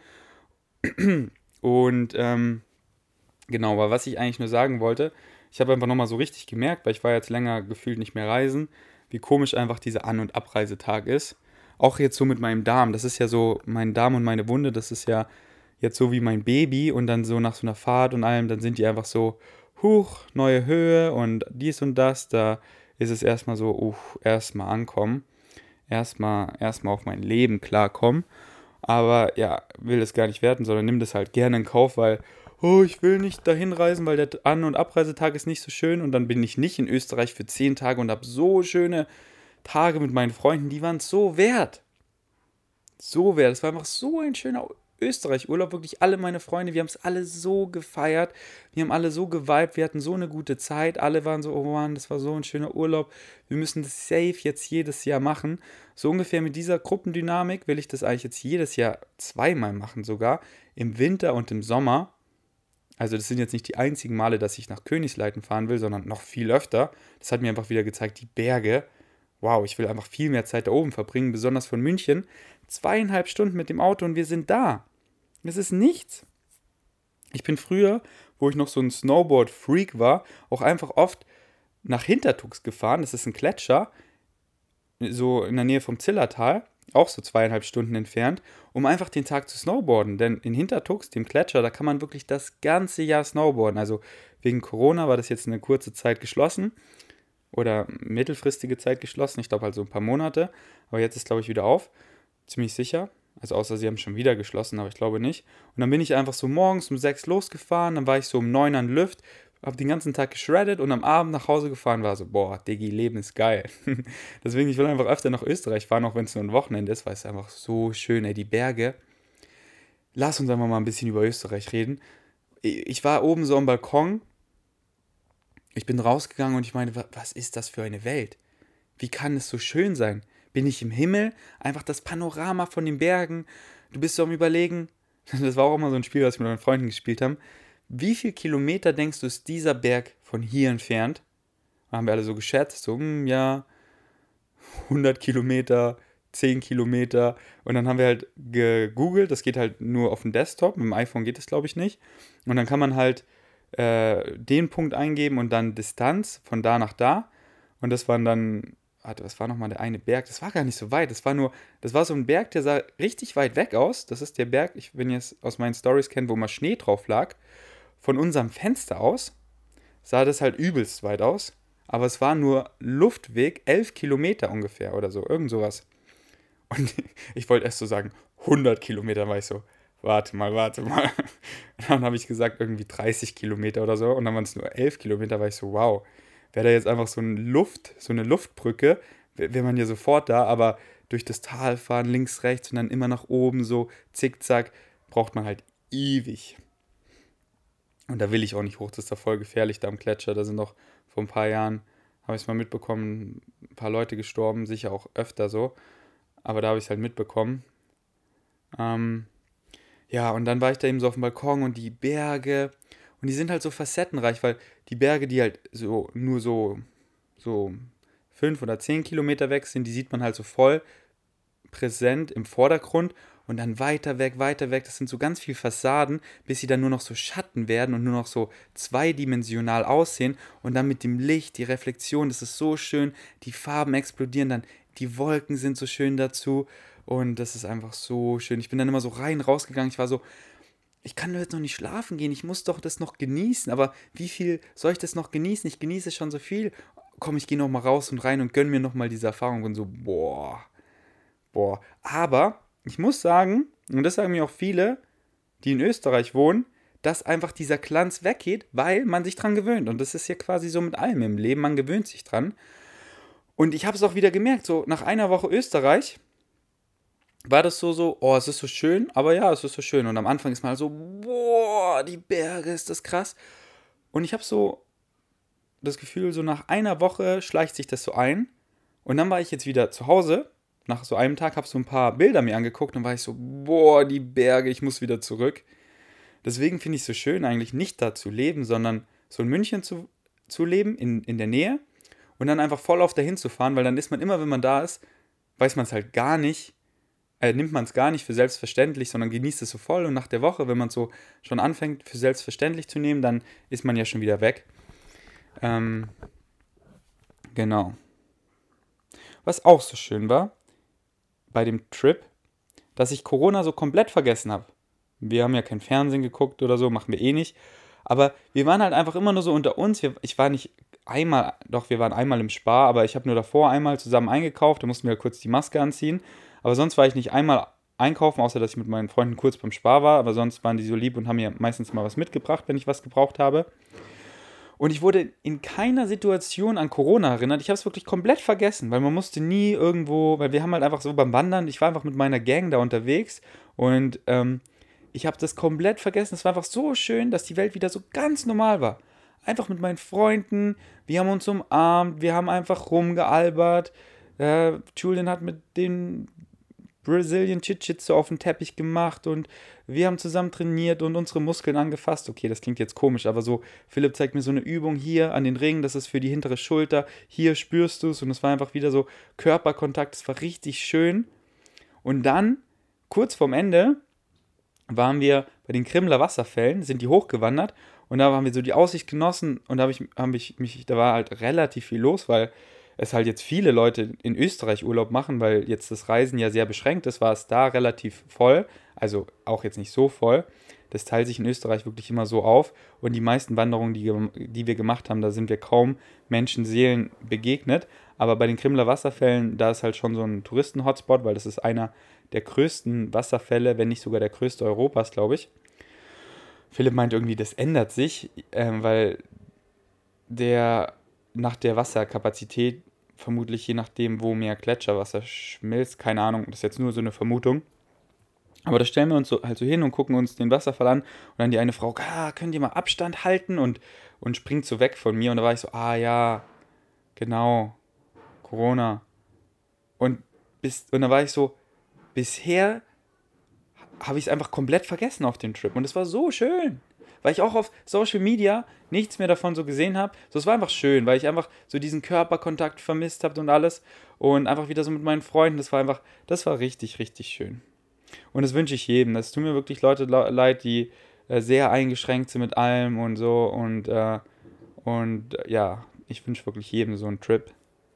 Und ähm, genau, aber was ich eigentlich nur sagen wollte, ich habe einfach nochmal so richtig gemerkt, weil ich war jetzt länger gefühlt nicht mehr reisen, wie komisch einfach dieser An- und Abreisetag ist. Auch jetzt so mit meinem Darm, das ist ja so, mein Darm und meine Wunde, das ist ja jetzt so wie mein Baby und dann so nach so einer Fahrt und allem, dann sind die einfach so, huch, neue Höhe und dies und das, da ist es erstmal so, uff, erstmal ankommen, erstmal erstmal auf mein Leben klarkommen. Aber ja, will es gar nicht werten, sondern nimm das halt gerne in Kauf, weil, oh, ich will nicht dahin reisen, weil der An- und Abreisetag ist nicht so schön. Und dann bin ich nicht in Österreich für zehn Tage und habe so schöne Tage mit meinen Freunden, die waren es so wert. So wert. Es war einfach so ein schöner Österreich-Urlaub. Wirklich alle meine Freunde, wir haben es alle so gefeiert. Wir haben alle so geweibt, wir hatten so eine gute Zeit. Alle waren so, oh Mann, das war so ein schöner Urlaub. Wir müssen das safe jetzt jedes Jahr machen. So ungefähr mit dieser Gruppendynamik will ich das eigentlich jetzt jedes Jahr zweimal machen sogar. Im Winter und im Sommer. Also das sind jetzt nicht die einzigen Male, dass ich nach Königsleiten fahren will, sondern noch viel öfter. Das hat mir einfach wieder gezeigt, die Berge. Wow, ich will einfach viel mehr Zeit da oben verbringen, besonders von München. Zweieinhalb Stunden mit dem Auto und wir sind da. Das ist nichts. Ich bin früher, wo ich noch so ein Snowboard-Freak war, auch einfach oft nach Hintertux gefahren. Das ist ein Gletscher, so in der Nähe vom Zillertal, auch so zweieinhalb Stunden entfernt, um einfach den Tag zu snowboarden. Denn in Hintertux, dem Gletscher, da kann man wirklich das ganze Jahr snowboarden. Also wegen Corona war das jetzt eine kurze Zeit geschlossen oder mittelfristige Zeit geschlossen. Ich glaube halt so ein paar Monate. Aber jetzt ist, glaube ich, wieder auf. Ziemlich sicher. Also außer sie haben schon wieder geschlossen, aber ich glaube nicht. Und dann bin ich einfach so morgens um sechs losgefahren, dann war ich so um neun an Lüft, habe den ganzen Tag geschreddet und am Abend nach Hause gefahren, war so, boah, Diggi, Leben ist geil. Deswegen, ich will einfach öfter nach Österreich fahren, auch wenn es nur ein Wochenende ist, weil es einfach so schön, ey, die Berge. Lass uns einfach mal ein bisschen über Österreich reden. Ich war oben so am Balkon, ich bin rausgegangen und ich meine, was ist das für eine Welt? Wie kann es so schön sein? Bin ich im Himmel? Einfach das Panorama von den Bergen. Du bist so am Überlegen. Das war auch immer so ein Spiel, was wir mit meinen Freunden gespielt haben. Wie viel Kilometer denkst du, ist dieser Berg von hier entfernt? Da haben wir alle so geschätzt. So, hm, ja, hundert Kilometer, zehn Kilometer. Und dann haben wir halt gegoogelt. Das geht halt nur auf dem Desktop. Mit dem iPhone geht das, glaube ich, nicht. Und dann kann man halt äh, den Punkt eingeben und dann Distanz von da nach da. Und das waren dann, warte, was war nochmal der eine Berg? Das war gar nicht so weit. Das war nur, das war so ein Berg, der sah richtig weit weg aus. Das ist der Berg, ich, wenn ihr es aus meinen Stories kennt, wo mal Schnee drauf lag. Von unserem Fenster aus sah das halt übelst weit aus. Aber es war nur Luftweg, elf Kilometer ungefähr oder so, irgend sowas. Und ich wollte erst so sagen, hundert Kilometer, war ich so, warte mal, warte mal. Dann habe ich gesagt, irgendwie dreißig Kilometer oder so. Und dann waren es nur elf Kilometer, war ich so, wow. Wäre da jetzt einfach so eine Luft, so eine Luftbrücke, wäre man ja sofort da, aber durch das Tal fahren, links, rechts und dann immer nach oben so zickzack, braucht man halt ewig. Und da will ich auch nicht hoch, das ist da voll gefährlich, da am Gletscher, da sind auch vor ein paar Jahren habe ich es mal mitbekommen, ein paar Leute gestorben, sicher auch öfter so, aber da habe ich es halt mitbekommen. Ähm, ja, und dann war ich da eben so auf dem Balkon und die Berge, und die sind halt so facettenreich, weil die Berge, die halt so nur so, so fünf oder zehn Kilometer weg sind, die sieht man halt so voll präsent im Vordergrund und dann weiter weg, weiter weg. Das sind so ganz viele Fassaden, bis sie dann nur noch so Schatten werden und nur noch so zweidimensional aussehen und dann mit dem Licht, die Reflexion, das ist so schön, die Farben explodieren dann, die Wolken sind so schön dazu und das ist einfach so schön. Ich bin dann immer so rein rausgegangen, ich war so, ich kann doch jetzt noch nicht schlafen gehen, ich muss doch das noch genießen, aber wie viel soll ich das noch genießen? Ich genieße schon so viel. Komm, ich gehe noch mal raus und rein und gönn mir noch mal diese Erfahrung und so, boah, boah. Aber ich muss sagen, und das sagen mir auch viele, die in Österreich wohnen, dass einfach dieser Glanz weggeht, weil man sich dran gewöhnt. Und das ist ja quasi so mit allem im Leben, man gewöhnt sich dran. Und ich habe es auch wieder gemerkt, so nach einer Woche Österreich war das so, so, oh, es ist so schön, aber ja, es ist so schön. Und am Anfang ist man halt so, boah, die Berge, ist das krass. Und ich habe so das Gefühl, so nach einer Woche schleicht sich das so ein. Und dann war ich jetzt wieder zu Hause. Nach so einem Tag habe ich so ein paar Bilder mir angeguckt und war ich so, boah, die Berge, ich muss wieder zurück. Deswegen finde ich es so schön, eigentlich nicht da zu leben, sondern so in München zu, zu leben, in, in der Nähe. Und dann einfach voll auf dahin zu fahren, weil dann ist man immer, wenn man da ist, weiß man es halt gar nicht, äh, nimmt man es gar nicht für selbstverständlich, sondern genießt es so voll. Und nach der Woche, wenn man es so schon anfängt, für selbstverständlich zu nehmen, dann ist man ja schon wieder weg. Ähm, genau. Was auch so schön war, bei dem Trip, dass ich Corona so komplett vergessen habe. Wir haben ja kein Fernsehen geguckt oder so, machen wir eh nicht. Aber wir waren halt einfach immer nur so unter uns. Wir, ich war nicht einmal, doch, wir waren einmal im Spar, aber ich habe nur davor einmal zusammen eingekauft. Da mussten wir halt kurz die Maske anziehen. Aber sonst war ich nicht einmal einkaufen, außer dass ich mit meinen Freunden kurz beim Spar war. Aber sonst waren die so lieb und haben mir meistens mal was mitgebracht, wenn ich was gebraucht habe. Und ich wurde in keiner Situation an Corona erinnert. Ich habe es wirklich komplett vergessen, weil man musste nie irgendwo, weil wir haben halt einfach so beim Wandern, ich war einfach mit meiner Gang da unterwegs und ähm, ich habe das komplett vergessen. Es war einfach so schön, dass die Welt wieder so ganz normal war. Einfach mit meinen Freunden, wir haben uns umarmt, wir haben einfach rumgealbert. Äh, Julian hat mit den Brazilian Jiu-Jitsu auf dem Teppich gemacht und wir haben zusammen trainiert und unsere Muskeln angefasst. Okay, das klingt jetzt komisch, aber so, Philipp zeigt mir so eine Übung hier an den Ringen, das ist für die hintere Schulter, hier spürst du es und es war einfach wieder so Körperkontakt, es war richtig schön. Und dann, kurz vorm Ende, waren wir bei den Krimler Wasserfällen, sind die hochgewandert und da haben wir so die Aussicht genossen und da habe ich, hab ich mich, da war halt relativ viel los, weil es halt jetzt viele Leute in Österreich Urlaub machen, weil jetzt das Reisen ja sehr beschränkt ist, war es da relativ voll, also auch jetzt nicht so voll. Das teilt sich in Österreich wirklich immer so auf und die meisten Wanderungen, die, die wir gemacht haben, da sind wir kaum Menschenseelen begegnet. Aber bei den Krimler Wasserfällen, da ist halt schon so ein Touristen-Hotspot, weil das ist einer der größten Wasserfälle, wenn nicht sogar der größte Europas, glaube ich. Philipp meint irgendwie, das ändert sich, äh, weil der nach der Wasserkapazität, vermutlich je nachdem, wo mehr Gletscherwasser schmilzt, keine Ahnung, das ist jetzt nur so eine Vermutung. Aber da stellen wir uns so, halt so hin und gucken uns den Wasserfall an und dann die eine Frau, ah, könnt ihr mal Abstand halten und, und springt so weg von mir und da war ich so, ah ja, genau, Corona. Und, bis, und da war ich so, bisher habe ich es einfach komplett vergessen auf dem Trip und es war so schön. Weil ich auch auf Social Media nichts mehr davon so gesehen habe. So, es war einfach schön, weil ich einfach so diesen Körperkontakt vermisst habe und alles. Und einfach wieder so mit meinen Freunden. Das war einfach, das war richtig, richtig schön. Und das wünsche ich jedem. Das tun mir wirklich Leute leid, die äh, sehr eingeschränkt sind mit allem und so. Und, äh, und äh, ja, ich wünsche wirklich jedem so einen Trip.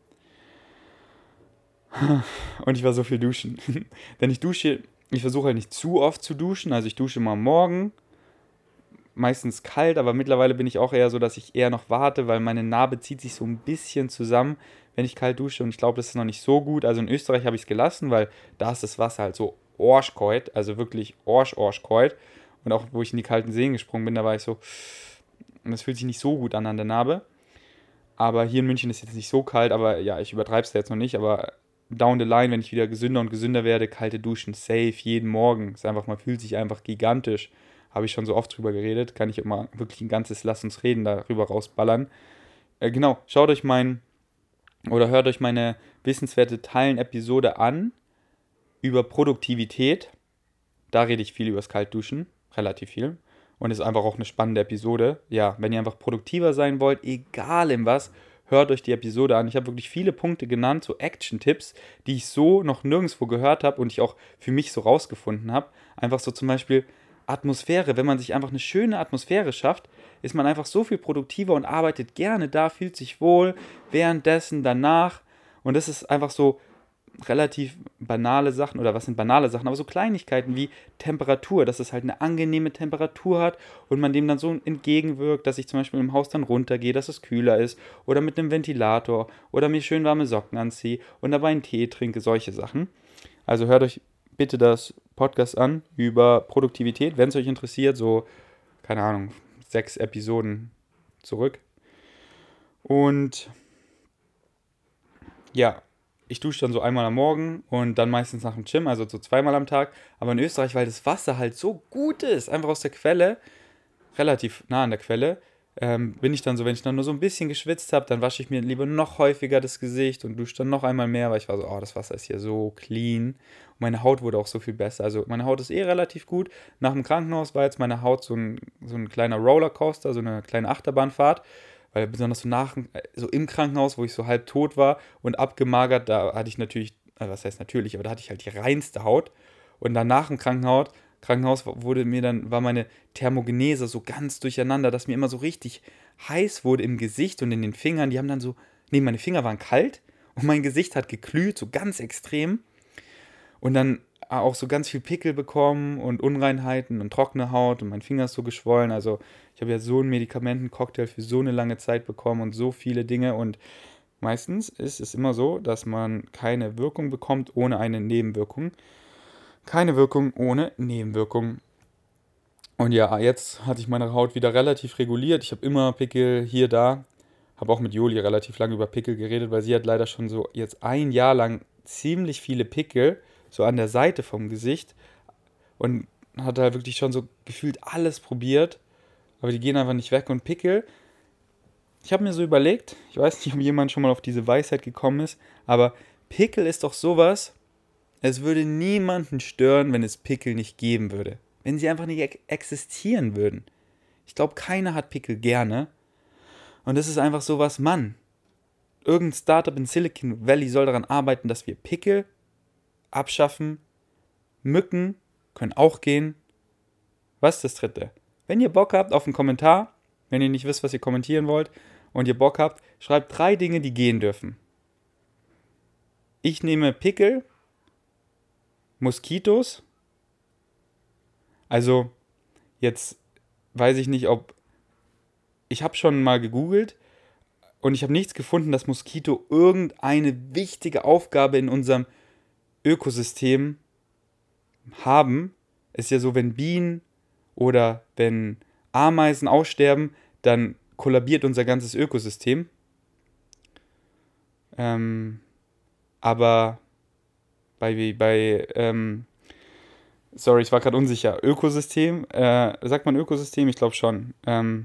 Und ich war so viel duschen. Denn ich dusche, ich versuche halt nicht zu oft zu duschen. Also ich dusche immer am Morgen. Meistens kalt, aber mittlerweile bin ich auch eher so, dass ich eher noch warte, weil meine Narbe zieht sich so ein bisschen zusammen, wenn ich kalt dusche und ich glaube, das ist noch nicht so gut. Also in Österreich habe ich es gelassen, weil da ist das Wasser halt so arschkalt, also wirklich arsch, arschkalt. Und auch wo ich in die kalten Seen gesprungen bin, da war ich so, und das fühlt sich nicht so gut an an der Narbe. Aber hier in München ist es jetzt nicht so kalt, aber ja, ich übertreibe es jetzt noch nicht, aber down the line, wenn ich wieder gesünder und gesünder werde, kalte Duschen safe, jeden Morgen. Es ist einfach, man fühlt sich einfach gigantisch. Habe ich schon so oft drüber geredet, kann ich immer wirklich ein ganzes Lass uns reden darüber rausballern. äh, genau, schaut euch mein, oder hört euch meine wissenswerte Teilen-Episode an über Produktivität. Da rede ich viel über das Kaltduschen, relativ viel. Und ist einfach auch eine spannende Episode. Ja, wenn ihr einfach produktiver sein wollt, egal in was, hört euch die Episode an. Ich habe wirklich viele Punkte genannt, so Action-Tipps, die ich so noch nirgendwo gehört habe und ich auch für mich so rausgefunden habe. Einfach so zum Beispiel Atmosphäre. Wenn man sich einfach eine schöne Atmosphäre schafft, ist man einfach so viel produktiver und arbeitet gerne da, fühlt sich wohl, währenddessen, danach. Und das ist einfach so relativ banale Sachen, oder was sind banale Sachen, aber so Kleinigkeiten wie Temperatur, dass es halt eine angenehme Temperatur hat und man dem dann so entgegenwirkt, dass ich zum Beispiel im Haus dann runtergehe, dass es kühler ist, oder mit einem Ventilator oder mir schön warme Socken anziehe und dabei einen Tee trinke, solche Sachen. Also hört euch bitte das Podcast an über Produktivität, wenn es euch interessiert, so, keine Ahnung, sechs Episoden zurück. Und ja, ich dusche dann so einmal am Morgen und dann meistens nach dem Gym, also so zweimal am Tag. Aber in Österreich, weil das Wasser halt so gut ist, einfach aus der Quelle, relativ nah an der Quelle, ähm, bin ich dann so, wenn ich dann nur so ein bisschen geschwitzt habe, dann wasche ich mir lieber noch häufiger das Gesicht und dusche dann noch einmal mehr, weil ich war so, oh, das Wasser ist hier so clean. Und meine Haut wurde auch so viel besser. Also meine Haut ist eh relativ gut. Nach dem Krankenhaus war jetzt meine Haut so ein, so ein kleiner Rollercoaster, so eine kleine Achterbahnfahrt. Weil besonders so nach, so im Krankenhaus, wo ich so halb tot war und abgemagert, da hatte ich natürlich, also was heißt natürlich, aber da hatte ich halt die reinste Haut. Und danach im Krankenhaus, Krankenhaus wurde mir dann, war meine Thermogenese so ganz durcheinander, dass mir immer so richtig heiß wurde im Gesicht und in den Fingern. Die haben dann so, nee, meine Finger waren kalt und mein Gesicht hat geglüht, so ganz extrem. Und dann auch so ganz viel Pickel bekommen und Unreinheiten und trockene Haut und mein Finger ist so geschwollen. Also ich habe ja so einen Medikamentencocktail für so eine lange Zeit bekommen und so viele Dinge. Und meistens ist es immer so, dass man keine Wirkung bekommt ohne eine Nebenwirkung. Keine Wirkung ohne Nebenwirkung. Und ja, jetzt hatte ich meine Haut wieder relativ reguliert. Ich habe immer Pickel hier, da. Habe auch mit Joli relativ lange über Pickel geredet, weil sie hat leider schon so jetzt ein Jahr lang ziemlich viele Pickel, so an der Seite vom Gesicht. Und hat halt wirklich schon so gefühlt alles probiert. Aber die gehen einfach nicht weg. Und Pickel, ich habe mir so überlegt, ich weiß nicht, ob jemand schon mal auf diese Weisheit gekommen ist, aber Pickel ist doch sowas, es würde niemanden stören, wenn es Pickel nicht geben würde. Wenn sie einfach nicht ex- existieren würden. Ich glaube, keiner hat Pickel gerne. Und das ist einfach sowas, Mann. Irgendein Startup in Silicon Valley soll daran arbeiten, dass wir Pickel abschaffen. Mücken können auch gehen. Was ist das dritte? Wenn ihr Bock habt auf einen Kommentar, wenn ihr nicht wisst, was ihr kommentieren wollt und ihr Bock habt, schreibt drei Dinge, die gehen dürfen. Ich nehme Pickel, Moskitos. Also, jetzt weiß ich nicht, ob... Ich habe schon mal gegoogelt und ich habe nichts gefunden, dass Moskito irgendeine wichtige Aufgabe in unserem Ökosystem haben. Ist ja so, wenn Bienen oder wenn Ameisen aussterben, dann kollabiert unser ganzes Ökosystem. Ähm, aber bei, bei ähm, sorry, ich war gerade unsicher. Ökosystem, äh, sagt man Ökosystem? Ich glaube schon. Ähm,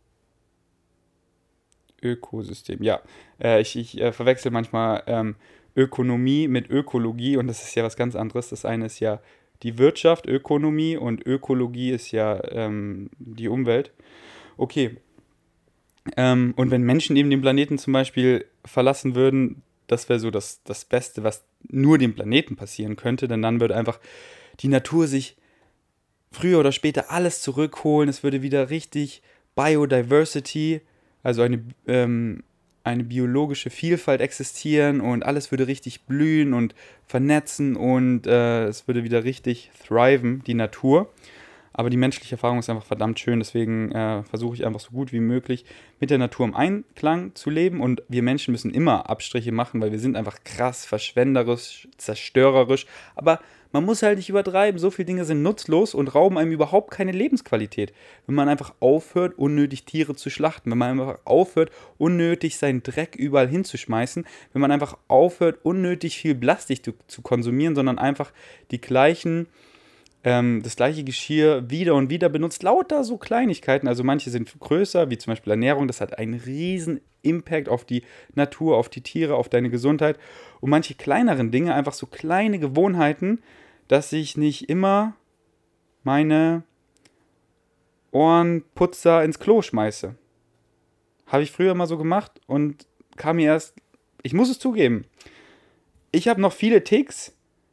Ökosystem, ja. Äh, ich ich äh, verwechsel manchmal ähm, Ökonomie mit Ökologie und das ist ja was ganz anderes. Das eine ist ja die Wirtschaft, Ökonomie und Ökologie ist ja ähm, die Umwelt. Okay, ähm, und wenn Menschen eben den Planeten zum Beispiel verlassen würden, das wäre so das, das Beste, was nur dem Planeten passieren könnte, denn dann würde einfach die Natur sich früher oder später alles zurückholen. Es würde wieder richtig Biodiversity, also eine, ähm, eine biologische Vielfalt existieren und alles würde richtig blühen und vernetzen und äh, es würde wieder richtig thriven, die Natur. Aber die menschliche Erfahrung ist einfach verdammt schön, deswegen äh, versuche ich einfach so gut wie möglich mit der Natur im Einklang zu leben und wir Menschen müssen immer Abstriche machen, weil wir sind einfach krass verschwenderisch, zerstörerisch, aber man muss halt nicht übertreiben, so viele Dinge sind nutzlos und rauben einem überhaupt keine Lebensqualität. Wenn man einfach aufhört, unnötig Tiere zu schlachten, wenn man einfach aufhört, unnötig seinen Dreck überall hinzuschmeißen, wenn man einfach aufhört, unnötig viel Plastik zu, zu konsumieren, sondern einfach die gleichen ähm, das gleiche Geschirr wieder und wieder benutzt. Lauter so Kleinigkeiten. Also manche sind größer, wie zum Beispiel Ernährung. Das hat einen riesen Impact auf die Natur, auf die Tiere, auf deine Gesundheit. Und manche kleineren Dinge, einfach so kleine Gewohnheiten, dass ich nicht immer meine Ohrenputzer ins Klo schmeiße. Habe ich früher mal so gemacht und kam mir erst, ich muss es zugeben, ich habe noch viele Ticks,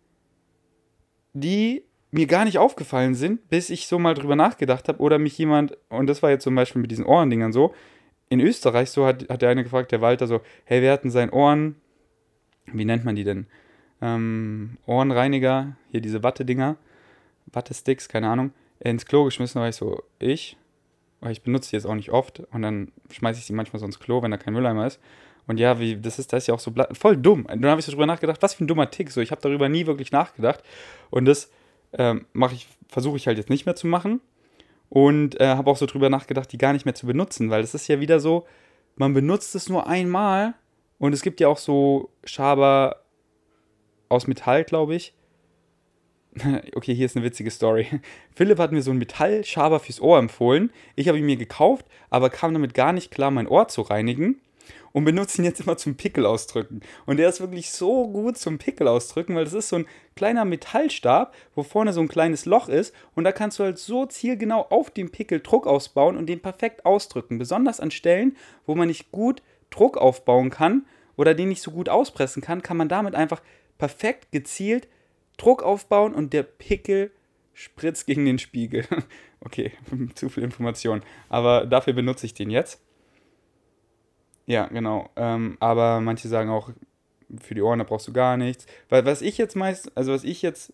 die mir gar nicht aufgefallen sind, bis ich so mal drüber nachgedacht habe oder mich jemand, und das war jetzt zum Beispiel mit diesen Ohrendingern so, in Österreich so hat, hat der eine gefragt, der Walter so, hey, wir hatten seinen Ohren, wie nennt man die denn? Ähm, Ohrenreiniger, hier diese Wattedinger, Wattesticks, keine Ahnung, ins Klo geschmissen, war ich so, ich? Weil ich benutze die jetzt auch nicht oft und dann schmeiße ich sie manchmal so ins Klo, wenn da kein Mülleimer ist. Und ja, wie, das ist, das ist ja auch so bla- voll dumm. Und dann habe ich so drüber nachgedacht, was für ein dummer Tick. So, ich habe darüber nie wirklich nachgedacht. Und das ähm, mache ich, versuche ich halt jetzt nicht mehr zu machen. Und äh, habe auch so drüber nachgedacht, die gar nicht mehr zu benutzen, weil das ist ja wieder so, man benutzt es nur einmal. Und es gibt ja auch so Schaber aus Metall, glaube ich. Okay, hier ist eine witzige Story. Philipp hat mir so einen Metallschaber fürs Ohr empfohlen. Ich habe ihn mir gekauft, aber kam damit gar nicht klar, mein Ohr zu reinigen und benutze ihn jetzt immer zum Pickel ausdrücken. Und der ist wirklich so gut zum Pickel ausdrücken, weil das ist so ein kleiner Metallstab, wo vorne so ein kleines Loch ist und da kannst du halt so zielgenau auf dem Pickel Druck ausbauen und den perfekt ausdrücken. Besonders an Stellen, wo man nicht gut Druck aufbauen kann oder den nicht so gut auspressen kann, kann man damit einfach perfekt gezielt Druck aufbauen und der Pickel spritzt gegen den Spiegel. Okay, zu viel Information. Aber dafür benutze ich den jetzt. Ja, genau. Ähm, aber manche sagen auch, für die Ohren, da brauchst du gar nichts. Weil was ich jetzt meist, also was ich jetzt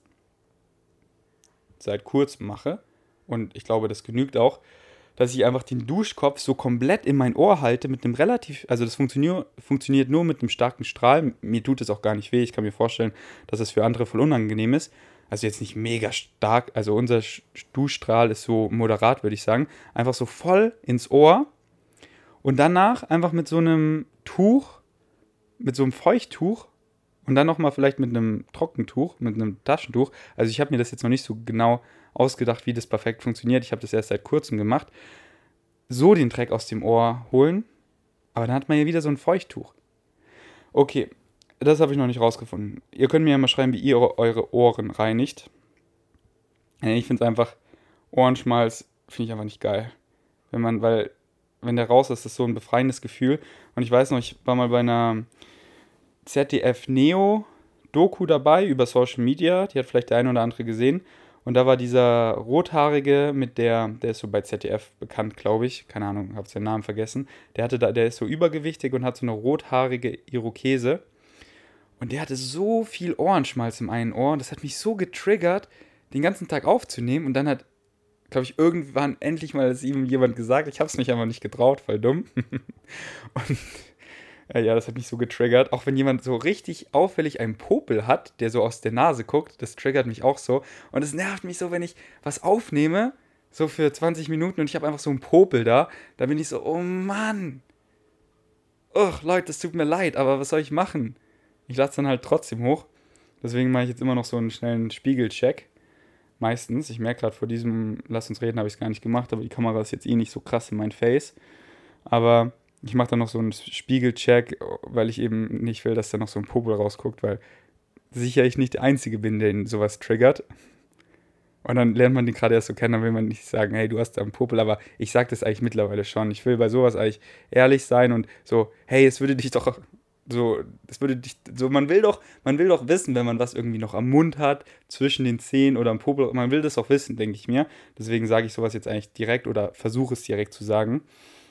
seit kurzem mache, und ich glaube, das genügt auch, dass ich einfach den Duschkopf so komplett in mein Ohr halte mit einem relativ, also das funktioniert, funktioniert nur mit einem starken Strahl. Mir tut es auch gar nicht weh. Ich kann mir vorstellen, dass es für andere voll unangenehm ist. Also jetzt nicht mega stark, also unser Duschstrahl ist so moderat, würde ich sagen. Einfach so voll ins Ohr und danach einfach mit so einem Tuch, mit so einem Feuchttuch und dann nochmal vielleicht mit einem Trockentuch, mit einem Taschentuch. Also ich habe mir das jetzt noch nicht so genau ausgedacht, wie das perfekt funktioniert. Ich habe das erst seit kurzem gemacht. So den Dreck aus dem Ohr holen, aber dann hat man ja wieder so ein Feuchttuch. Okay, das habe ich noch nicht rausgefunden. Ihr könnt mir ja mal schreiben, wie ihr eure Ohren reinigt. Ich finde es einfach, Ohrenschmalz finde ich einfach nicht geil. Wenn man, weil, wenn der raus ist, ist das so ein befreiendes Gefühl. Und ich weiß noch, ich war mal bei einer Z D F Neo Doku dabei über Social Media. Die hat vielleicht der eine oder andere gesehen. Und da war dieser Rothaarige mit der, der ist so bei Z D F bekannt, glaube ich. Keine Ahnung, habe seinen Namen vergessen. Der hatte da, der ist so übergewichtig und hat so eine rothaarige Irokese. Und der hatte so viel Ohrenschmalz im einen Ohr. Und das hat mich so getriggert, den ganzen Tag aufzunehmen. Und dann hat, glaube ich, irgendwann endlich mal das ihm jemand gesagt. Ich habe es mich aber nicht getraut, voll dumm. Und ja, ja, das hat mich so getriggert. Auch wenn jemand so richtig auffällig einen Popel hat, der so aus der Nase guckt, das triggert mich auch so. Und es nervt mich so, wenn ich was aufnehme, so für zwanzig Minuten und ich habe einfach so einen Popel da. Da bin ich so, oh Mann. Ugh, Leute, das tut mir leid, aber was soll ich machen? Ich lade es dann halt trotzdem hoch. Deswegen mache ich jetzt immer noch so einen schnellen Spiegelcheck. Meistens. Ich merke gerade vor diesem Lass uns reden, habe ich es gar nicht gemacht, aber die Kamera ist jetzt eh nicht so krass in mein Face. Aber ich mache dann noch so einen Spiegelcheck, weil ich eben nicht will, dass da noch so ein Popel rausguckt, weil sicher ich nicht der Einzige bin, den sowas triggert. Und dann lernt man den gerade erst so kennen, dann will man nicht sagen, hey, du hast da einen Popel, aber ich sage das eigentlich mittlerweile schon. Ich will bei sowas eigentlich ehrlich sein und so, hey, es würde dich doch so, es würde dich, so, man will doch, man will doch wissen, wenn man was irgendwie noch am Mund hat, zwischen den Zähnen oder am Popel, man will das auch wissen, denke ich mir. Deswegen sage ich sowas jetzt eigentlich direkt oder versuche es direkt zu sagen.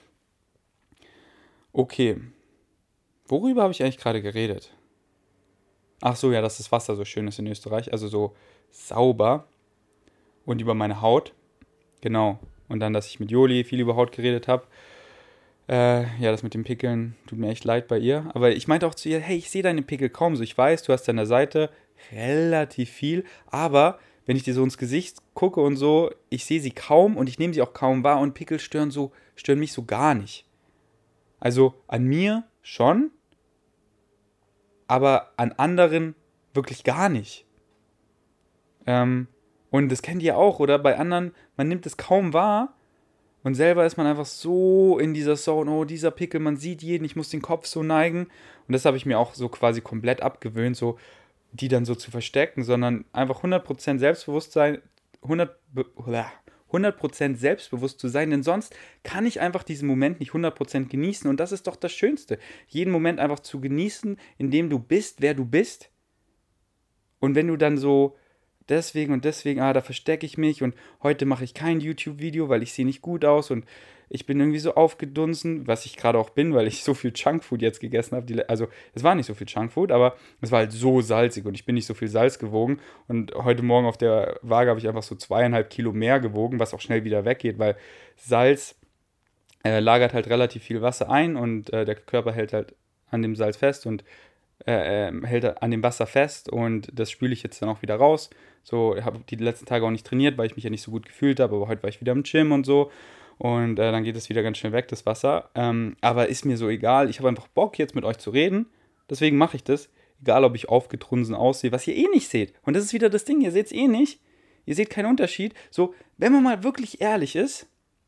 Okay, worüber habe ich eigentlich gerade geredet? Ach so, ja, dass das Wasser so schön ist in Österreich, also so sauber und über meine Haut. Genau. Und dann, dass ich mit Joli viel über Haut geredet habe. Äh, ja, das mit den Pickeln tut mir echt leid bei ihr. Aber ich meinte auch zu ihr, hey, ich sehe deine Pickel kaum so. Ich weiß, du hast an der Seite relativ viel, aber wenn ich dir so ins Gesicht gucke und so, ich sehe sie kaum und ich nehme sie auch kaum wahr und Pickel stören so, stören mich so gar nicht. Also an mir schon, aber an anderen wirklich gar nicht. Ähm, Und das kennt ihr auch, oder? Bei anderen, man nimmt es kaum wahr und selber ist man einfach so in dieser Zone, oh, dieser Pickel, man sieht jeden, ich muss den Kopf so neigen. Und das habe ich mir auch so quasi komplett abgewöhnt, so die dann so zu verstecken, sondern einfach hundert Prozent Selbstbewusstsein, hundert, hundert Prozent selbstbewusst zu sein, denn sonst kann ich einfach diesen Moment nicht hundert Prozent genießen und das ist doch das Schönste, jeden Moment einfach zu genießen, indem du bist, wer du bist. Und wenn du dann so deswegen und deswegen, ah, da verstecke ich mich und heute mache ich kein YouTube-Video, weil ich sehe nicht gut aus und ich bin irgendwie so aufgedunsen, was ich gerade auch bin, weil ich so viel Junkfood jetzt gegessen habe. Also es war nicht so viel Junkfood, aber es war halt so salzig und ich bin nicht so viel Salz gewogen. Und heute Morgen auf der Waage habe ich einfach so zweieinhalb Kilo mehr gewogen, was auch schnell wieder weggeht, weil Salz äh, lagert halt relativ viel Wasser ein und äh, der Körper hält halt an dem Salz fest und äh, äh, hält an dem Wasser fest und das spüle ich jetzt dann auch wieder raus. So, ich habe die letzten Tage auch nicht trainiert, weil ich mich ja nicht so gut gefühlt habe, aber heute war ich wieder im Gym und so. Und äh, dann geht es wieder ganz schnell weg, das Wasser. Ähm, aber ist mir so egal. Ich habe einfach Bock, jetzt mit euch zu reden. Deswegen mache ich das. Egal, ob ich aufgetrunsen aussehe, was ihr eh nicht seht. Und das ist wieder das Ding, ihr seht es eh nicht. Ihr seht keinen Unterschied. So, wenn man mal wirklich ehrlich ist,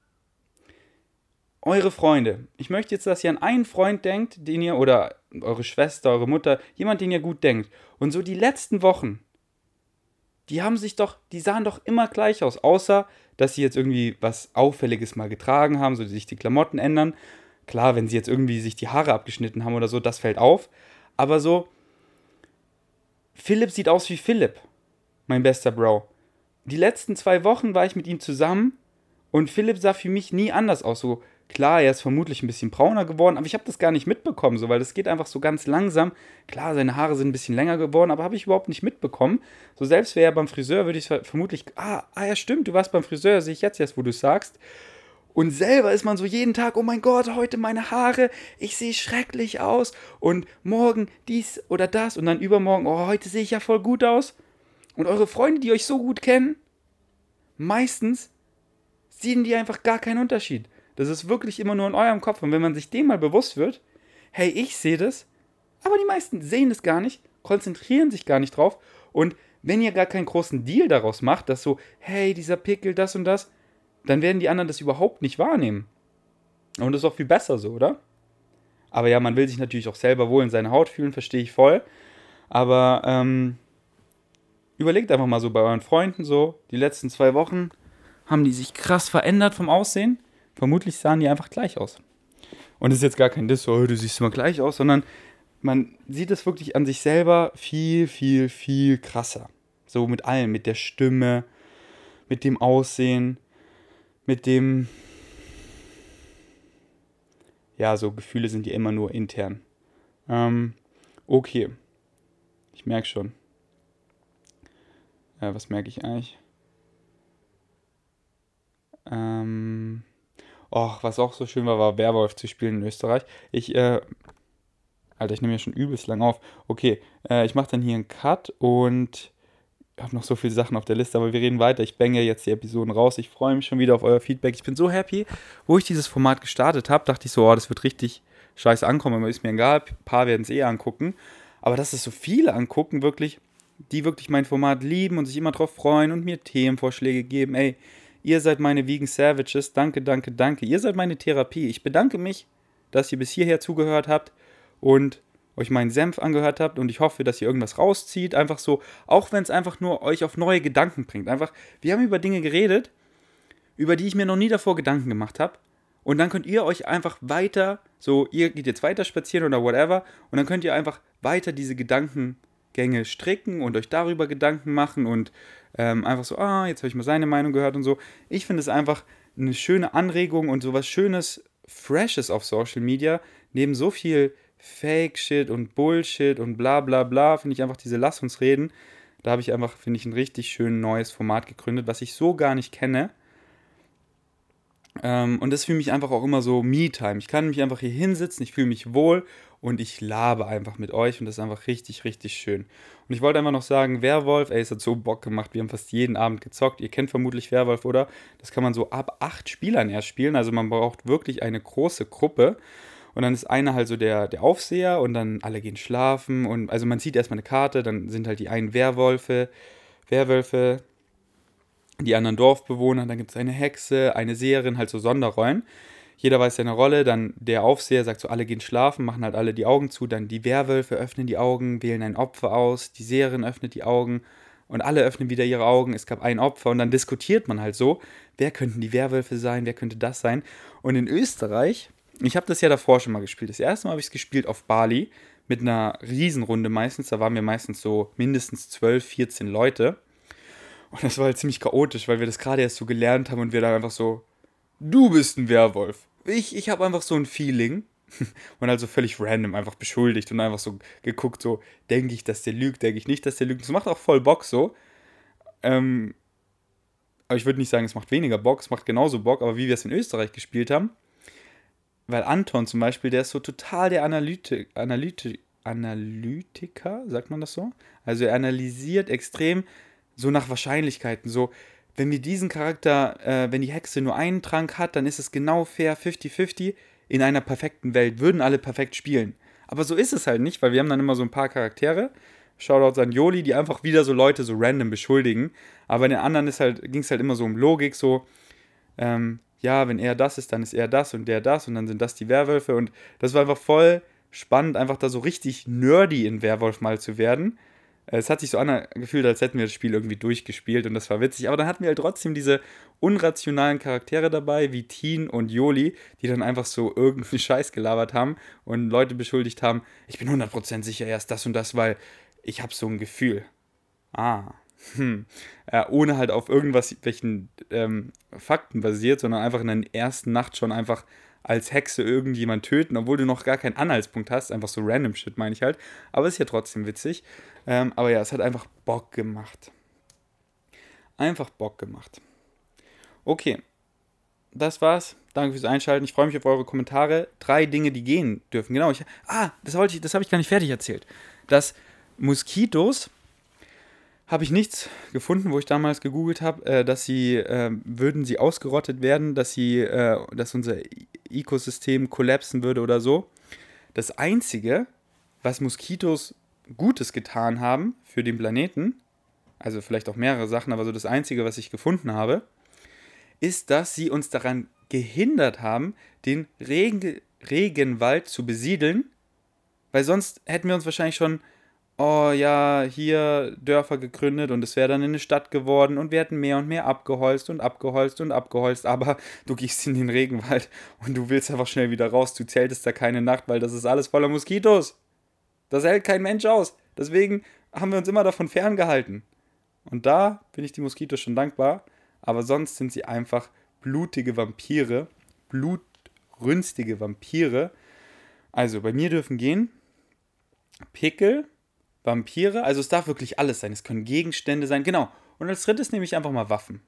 eure Freunde. Ich möchte jetzt, dass ihr an einen Freund denkt, den ihr, oder eure Schwester, eure Mutter, jemand, den ihr gut denkt. Und so die letzten Wochen, die haben sich doch, die sahen doch immer gleich aus, außer, dass sie jetzt irgendwie was Auffälliges mal getragen haben, so dass sich die Klamotten ändern. Klar, wenn sie jetzt irgendwie sich die Haare abgeschnitten haben oder so, das fällt auf. Aber so, Philipp sieht aus wie Philipp, mein bester Bro. Die letzten zwei Wochen war ich mit ihm zusammen und Philipp sah für mich nie anders aus. So, klar, er ist vermutlich ein bisschen brauner geworden, aber ich habe das gar nicht mitbekommen, so, weil das geht einfach so ganz langsam. Klar, seine Haare sind ein bisschen länger geworden, aber habe ich überhaupt nicht mitbekommen. So, selbst wäre er beim Friseur, würde ich vermutlich, ah, ah, ja stimmt, du warst beim Friseur, sehe ich jetzt erst, wo du es sagst. Und selber ist man so jeden Tag, oh mein Gott, heute meine Haare, ich sehe schrecklich aus. Und morgen dies oder das und dann übermorgen, oh, heute sehe ich ja voll gut aus. Und eure Freunde, die euch so gut kennen, meistens sehen die einfach gar keinen Unterschied. Das ist wirklich immer nur in eurem Kopf. Und wenn man sich dem mal bewusst wird, hey, ich sehe das, aber die meisten sehen es gar nicht, konzentrieren sich gar nicht drauf. Und wenn ihr gar keinen großen Deal daraus macht, dass so, hey, dieser Pickel, das und das, dann werden die anderen das überhaupt nicht wahrnehmen. Und das ist auch viel besser so, oder? Aber ja, man will sich natürlich auch selber wohl in seiner Haut fühlen, verstehe ich voll. Aber ähm, überlegt einfach mal so bei euren Freunden so, die letzten zwei Wochen, haben die sich krass verändert vom Aussehen? Vermutlich sahen die einfach gleich aus. Und es ist jetzt gar kein Diss, so, du siehst immer gleich aus, sondern man sieht es wirklich an sich selber viel, viel, viel krasser. So mit allem, mit der Stimme, mit dem Aussehen, mit dem, ja, so Gefühle sind ja immer nur intern. Ähm, okay, ich merke schon. Äh, was merke ich eigentlich? Ähm, och, was auch so schön war, war Werwolf zu spielen in Österreich. Ich, äh, Alter, ich nehme ja schon übelst lang auf. Okay, äh, ich mache dann hier einen Cut und habe noch so viele Sachen auf der Liste, aber wir reden weiter. Ich bange jetzt die Episoden raus. Ich freue mich schon wieder auf euer Feedback. Ich bin so happy. Wo ich dieses Format gestartet habe, dachte ich so, oh, das wird richtig scheiße ankommen, aber ist mir egal. Ein paar werden es eh angucken. Aber dass es so viele angucken, wirklich, die wirklich mein Format lieben und sich immer drauf freuen und mir Themenvorschläge geben. Ey, ihr seid meine Vegan Savages. Danke, danke, danke. Ihr seid meine Therapie. Ich bedanke mich, dass ihr bis hierher zugehört habt und euch meinen Senf angehört habt und ich hoffe, dass ihr irgendwas rauszieht, einfach so, auch wenn es einfach nur euch auf neue Gedanken bringt. Einfach, wir haben über Dinge geredet, über die ich mir noch nie davor Gedanken gemacht habe und dann könnt ihr euch einfach weiter, so, ihr geht jetzt weiter spazieren oder whatever und dann könnt ihr einfach weiter diese Gedankengänge stricken und euch darüber Gedanken machen und ähm, einfach so, ah, jetzt habe ich mal seine Meinung gehört und so. Ich finde es einfach eine schöne Anregung und sowas Schönes, Freshes auf Social Media, neben so viel Fake-Shit und Bullshit und bla bla bla, finde ich einfach diese Lass uns reden. Da habe ich einfach, finde ich, ein richtig schön neues Format gegründet, was ich so gar nicht kenne. Ähm, und das ist für mich einfach auch immer so Me-Time. Ich kann mich einfach hier hinsitzen, ich fühle mich wohl und ich labe einfach mit euch und das ist einfach richtig, richtig schön. Und ich wollte einfach noch sagen, Werwolf, ey, es hat so Bock gemacht, wir haben fast jeden Abend gezockt. Ihr kennt vermutlich Werwolf, oder? Das kann man so ab acht Spielern erst spielen, also man braucht wirklich eine große Gruppe. Und dann ist einer halt so der, der Aufseher und dann alle gehen schlafen. Und also man sieht erstmal eine Karte, dann sind halt die einen Werwölfe, Werwölfe, die anderen Dorfbewohner, dann gibt es eine Hexe, eine Seherin, halt so Sonderrollen. Jeder weiß seine Rolle, dann der Aufseher sagt so, alle gehen schlafen, machen halt alle die Augen zu, dann die Werwölfe öffnen die Augen, wählen ein Opfer aus, die Seherin öffnet die Augen und alle öffnen wieder ihre Augen, es gab ein Opfer und dann diskutiert man halt so, wer könnten die Werwölfe sein, wer könnte das sein. Und in Österreich, ich habe das ja davor schon mal gespielt, das erste Mal habe ich es gespielt auf Bali, mit einer Riesenrunde meistens, da waren wir meistens so mindestens zwölf, vierzehn Leute. Und das war halt ziemlich chaotisch, weil wir das gerade erst so gelernt haben und wir dann einfach so, du bist ein Werwolf. Ich, ich habe einfach so ein Feeling. Und also völlig random einfach beschuldigt und einfach so geguckt, so, denke ich, dass der lügt, denke ich nicht, dass der lügt. Das macht auch voll Bock so. Ähm, aber ich würde nicht sagen, es macht weniger Bock, es macht genauso Bock, aber wie wir es in Österreich gespielt haben, weil Anton zum Beispiel, der ist so total der Analyti Analyti Analytiker, sagt man das so? Also er analysiert extrem so nach Wahrscheinlichkeiten, so, wenn wir diesen Charakter, äh, wenn die Hexe nur einen Trank hat, dann ist es genau fair, fünfzig fünfzig. In einer perfekten Welt würden alle perfekt spielen. Aber so ist es halt nicht, weil wir haben dann immer so ein paar Charaktere, Shoutouts an Joli, die einfach wieder so Leute so random beschuldigen. Aber bei den anderen halt, ging es halt immer so um Logik, so, ähm, ja, wenn er das ist, dann ist er das und der das und dann sind das die Werwölfe. Und das war einfach voll spannend, einfach da so richtig nerdy in Werwolf mal zu werden. Es hat sich so angefühlt, als hätten wir das Spiel irgendwie durchgespielt und das war witzig. Aber dann hatten wir halt trotzdem diese unrationalen Charaktere dabei, wie Teen und Joli, die dann einfach so irgendeinen Scheiß gelabert haben und Leute beschuldigt haben, ich bin hundert Prozent sicher erst das und das, weil ich habe so ein Gefühl. Ah, hm. Äh, ohne halt auf irgendwas, welchen ähm, Fakten basiert, sondern einfach in der ersten Nacht schon einfach als Hexe irgendjemand töten, obwohl du noch gar keinen Anhaltspunkt hast. Einfach so random Shit, meine ich halt. Aber ist ja trotzdem witzig. Ähm, aber ja, es hat einfach Bock gemacht. Einfach Bock gemacht. Okay, das war's. Danke fürs Einschalten. Ich freue mich auf eure Kommentare. Drei Dinge, die gehen dürfen. Genau. Ich, ah, das wollte ich, das habe ich gar nicht fertig erzählt. Dass Moskitos habe ich nichts gefunden, wo ich damals gegoogelt habe, äh, dass sie, äh, würden sie ausgerottet werden, dass sie, äh, dass unser Ökosystem kollapsen würde oder so. Das Einzige, was Moskitos Gutes getan haben für den Planeten, also vielleicht auch mehrere Sachen, aber so das Einzige, was ich gefunden habe, ist, dass sie uns daran gehindert haben, den Regen Regenwald zu besiedeln, weil sonst hätten wir uns wahrscheinlich schon oh ja, hier Dörfer gegründet und es wäre dann eine Stadt geworden und wir hätten mehr und mehr abgeholzt und abgeholzt und abgeholzt, aber du gehst in den Regenwald und du willst einfach schnell wieder raus, du zeltest da keine Nacht, weil das ist alles voller Moskitos. Das hält kein Mensch aus. Deswegen haben wir uns immer davon ferngehalten. Und da bin ich die Moskitos schon dankbar, aber sonst sind sie einfach blutige Vampire, blutrünstige Vampire. Also bei mir dürfen gehen Pickel, Vampire, also es darf wirklich alles sein. Es können Gegenstände sein, genau. Und als drittes nehme ich einfach mal Waffen.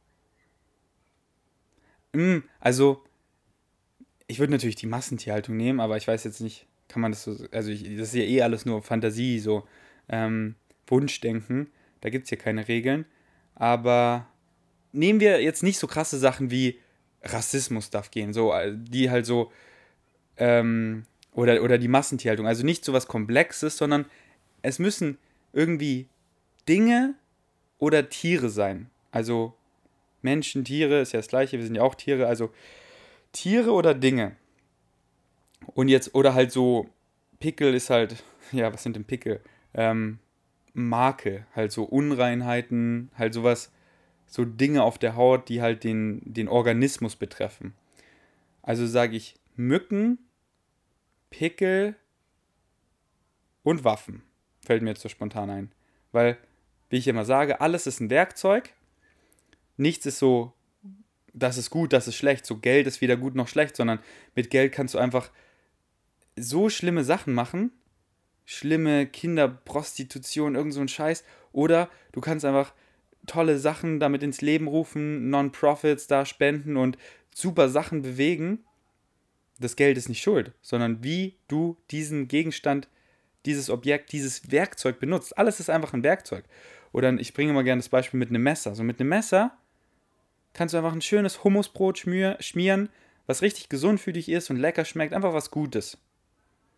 Hm, also, ich würde natürlich die Massentierhaltung nehmen, aber ich weiß jetzt nicht, kann man das so, also ich, das ist ja eh alles nur Fantasie, so ähm, Wunschdenken. Da gibt es hier keine Regeln. Aber nehmen wir jetzt nicht so krasse Sachen wie Rassismus darf gehen, so, die halt so, ähm, oder, oder die Massentierhaltung. Also nicht so was Komplexes, sondern es müssen irgendwie Dinge oder Tiere sein. Also Menschen, Tiere, ist ja das Gleiche, wir sind ja auch Tiere, also Tiere oder Dinge. Und jetzt, oder halt so, Pickel ist halt, ja, was sind denn Pickel? Ähm, Makel, halt so Unreinheiten, halt sowas, so Dinge auf der Haut, die halt den, den Organismus betreffen. Also sage ich Mücken, Pickel und Waffen. Fällt mir jetzt so spontan ein. Weil, wie ich immer sage, alles ist ein Werkzeug. Nichts ist so, das ist gut, das ist schlecht. So Geld ist weder gut noch schlecht, sondern mit Geld kannst du einfach so schlimme Sachen machen. Schlimme Kinderprostitution, irgend so ein Scheiß. Oder du kannst einfach tolle Sachen damit ins Leben rufen, Non-Profits da spenden und super Sachen bewegen. Das Geld ist nicht schuld, sondern wie du diesen Gegenstand, dieses Objekt, dieses Werkzeug benutzt. Alles ist einfach ein Werkzeug. Oder ich bringe immer gerne das Beispiel mit einem Messer. So mit einem Messer kannst du einfach ein schönes Hummusbrot schmieren, was richtig gesund für dich ist und lecker schmeckt. Einfach was Gutes.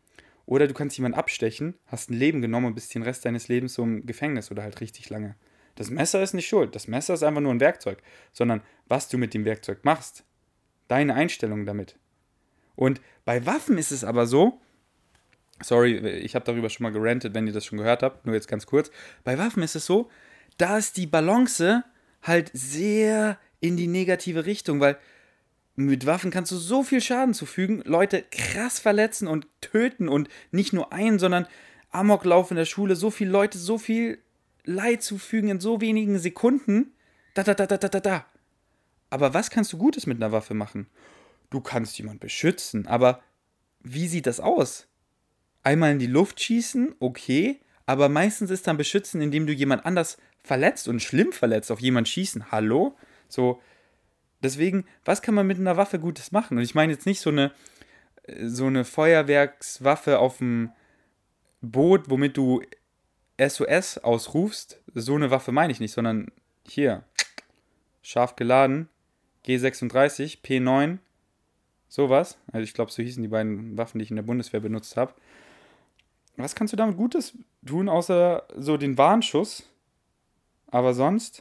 Oder du kannst jemanden abstechen, hast ein Leben genommen und bist den Rest deines Lebens so im Gefängnis oder halt richtig lange. Das Messer ist nicht schuld. Das Messer ist einfach nur ein Werkzeug. Sondern was du mit dem Werkzeug machst. Deine Einstellung damit. Und bei Waffen ist es aber so, sorry, ich habe darüber schon mal gerantet, wenn ihr das schon gehört habt, nur jetzt ganz kurz. Bei Waffen ist es so, da ist die Balance halt sehr in die negative Richtung, weil mit Waffen kannst du so viel Schaden zufügen, Leute krass verletzen und töten und nicht nur einen, sondern Amoklauf in der Schule, so viele Leute, so viel Leid zufügen in so wenigen Sekunden. Da, da, da, da, da, da, da. Aber was kannst du Gutes mit einer Waffe machen? Du kannst jemanden beschützen, aber wie sieht das aus? Einmal in die Luft schießen, okay, aber meistens ist dann beschützen, indem du jemand anders verletzt und schlimm verletzt, auf jemanden schießen. Hallo? So, deswegen, was kann man mit einer Waffe Gutes machen? Und ich meine jetzt nicht so eine, so eine Feuerwerkswaffe auf dem Boot, womit du S O S ausrufst. So eine Waffe meine ich nicht, sondern hier, scharf geladen, G sechsunddreißig, P neun, sowas. Also ich glaube, so hießen die beiden Waffen, die ich in der Bundeswehr benutzt habe. Was kannst du damit Gutes tun, außer so den Warnschuss? Aber sonst?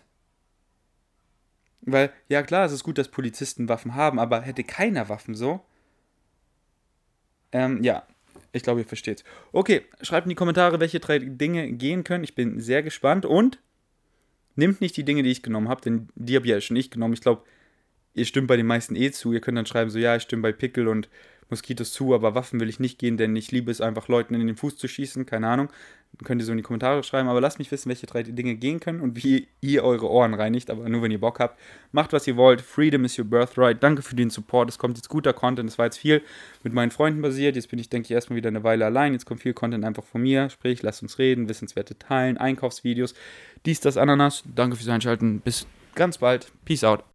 Weil, ja klar, es ist gut, dass Polizisten Waffen haben, aber hätte keiner Waffen so? Ähm, ja, ich glaube, ihr versteht's. Okay, schreibt in die Kommentare, welche drei Dinge gehen können. Ich bin sehr gespannt und nehmt nicht die Dinge, die ich genommen habe, denn die habe ja schon ich genommen. Ich glaube, ihr stimmt bei den meisten eh zu. Ihr könnt dann schreiben, so ja, ich stimme bei Pickel und Moskitos zu, aber Waffen will ich nicht gehen, denn ich liebe es einfach, Leuten in den Fuß zu schießen. Keine Ahnung. Dann könnt ihr so in die Kommentare schreiben, aber lasst mich wissen, welche drei Dinge gehen können und wie ihr eure Ohren reinigt, aber nur, wenn ihr Bock habt. Macht, was ihr wollt. Freedom is your birthright. Danke für den Support. Es kommt jetzt guter Content. Es war jetzt viel mit meinen Freunden basiert. Jetzt bin ich, denke ich, erstmal wieder eine Weile allein. Jetzt kommt viel Content einfach von mir. Sprich, lasst uns reden, Wissenswerte teilen, Einkaufsvideos, dies, das, Ananas. Danke fürs Einschalten. Bis ganz bald. Peace out.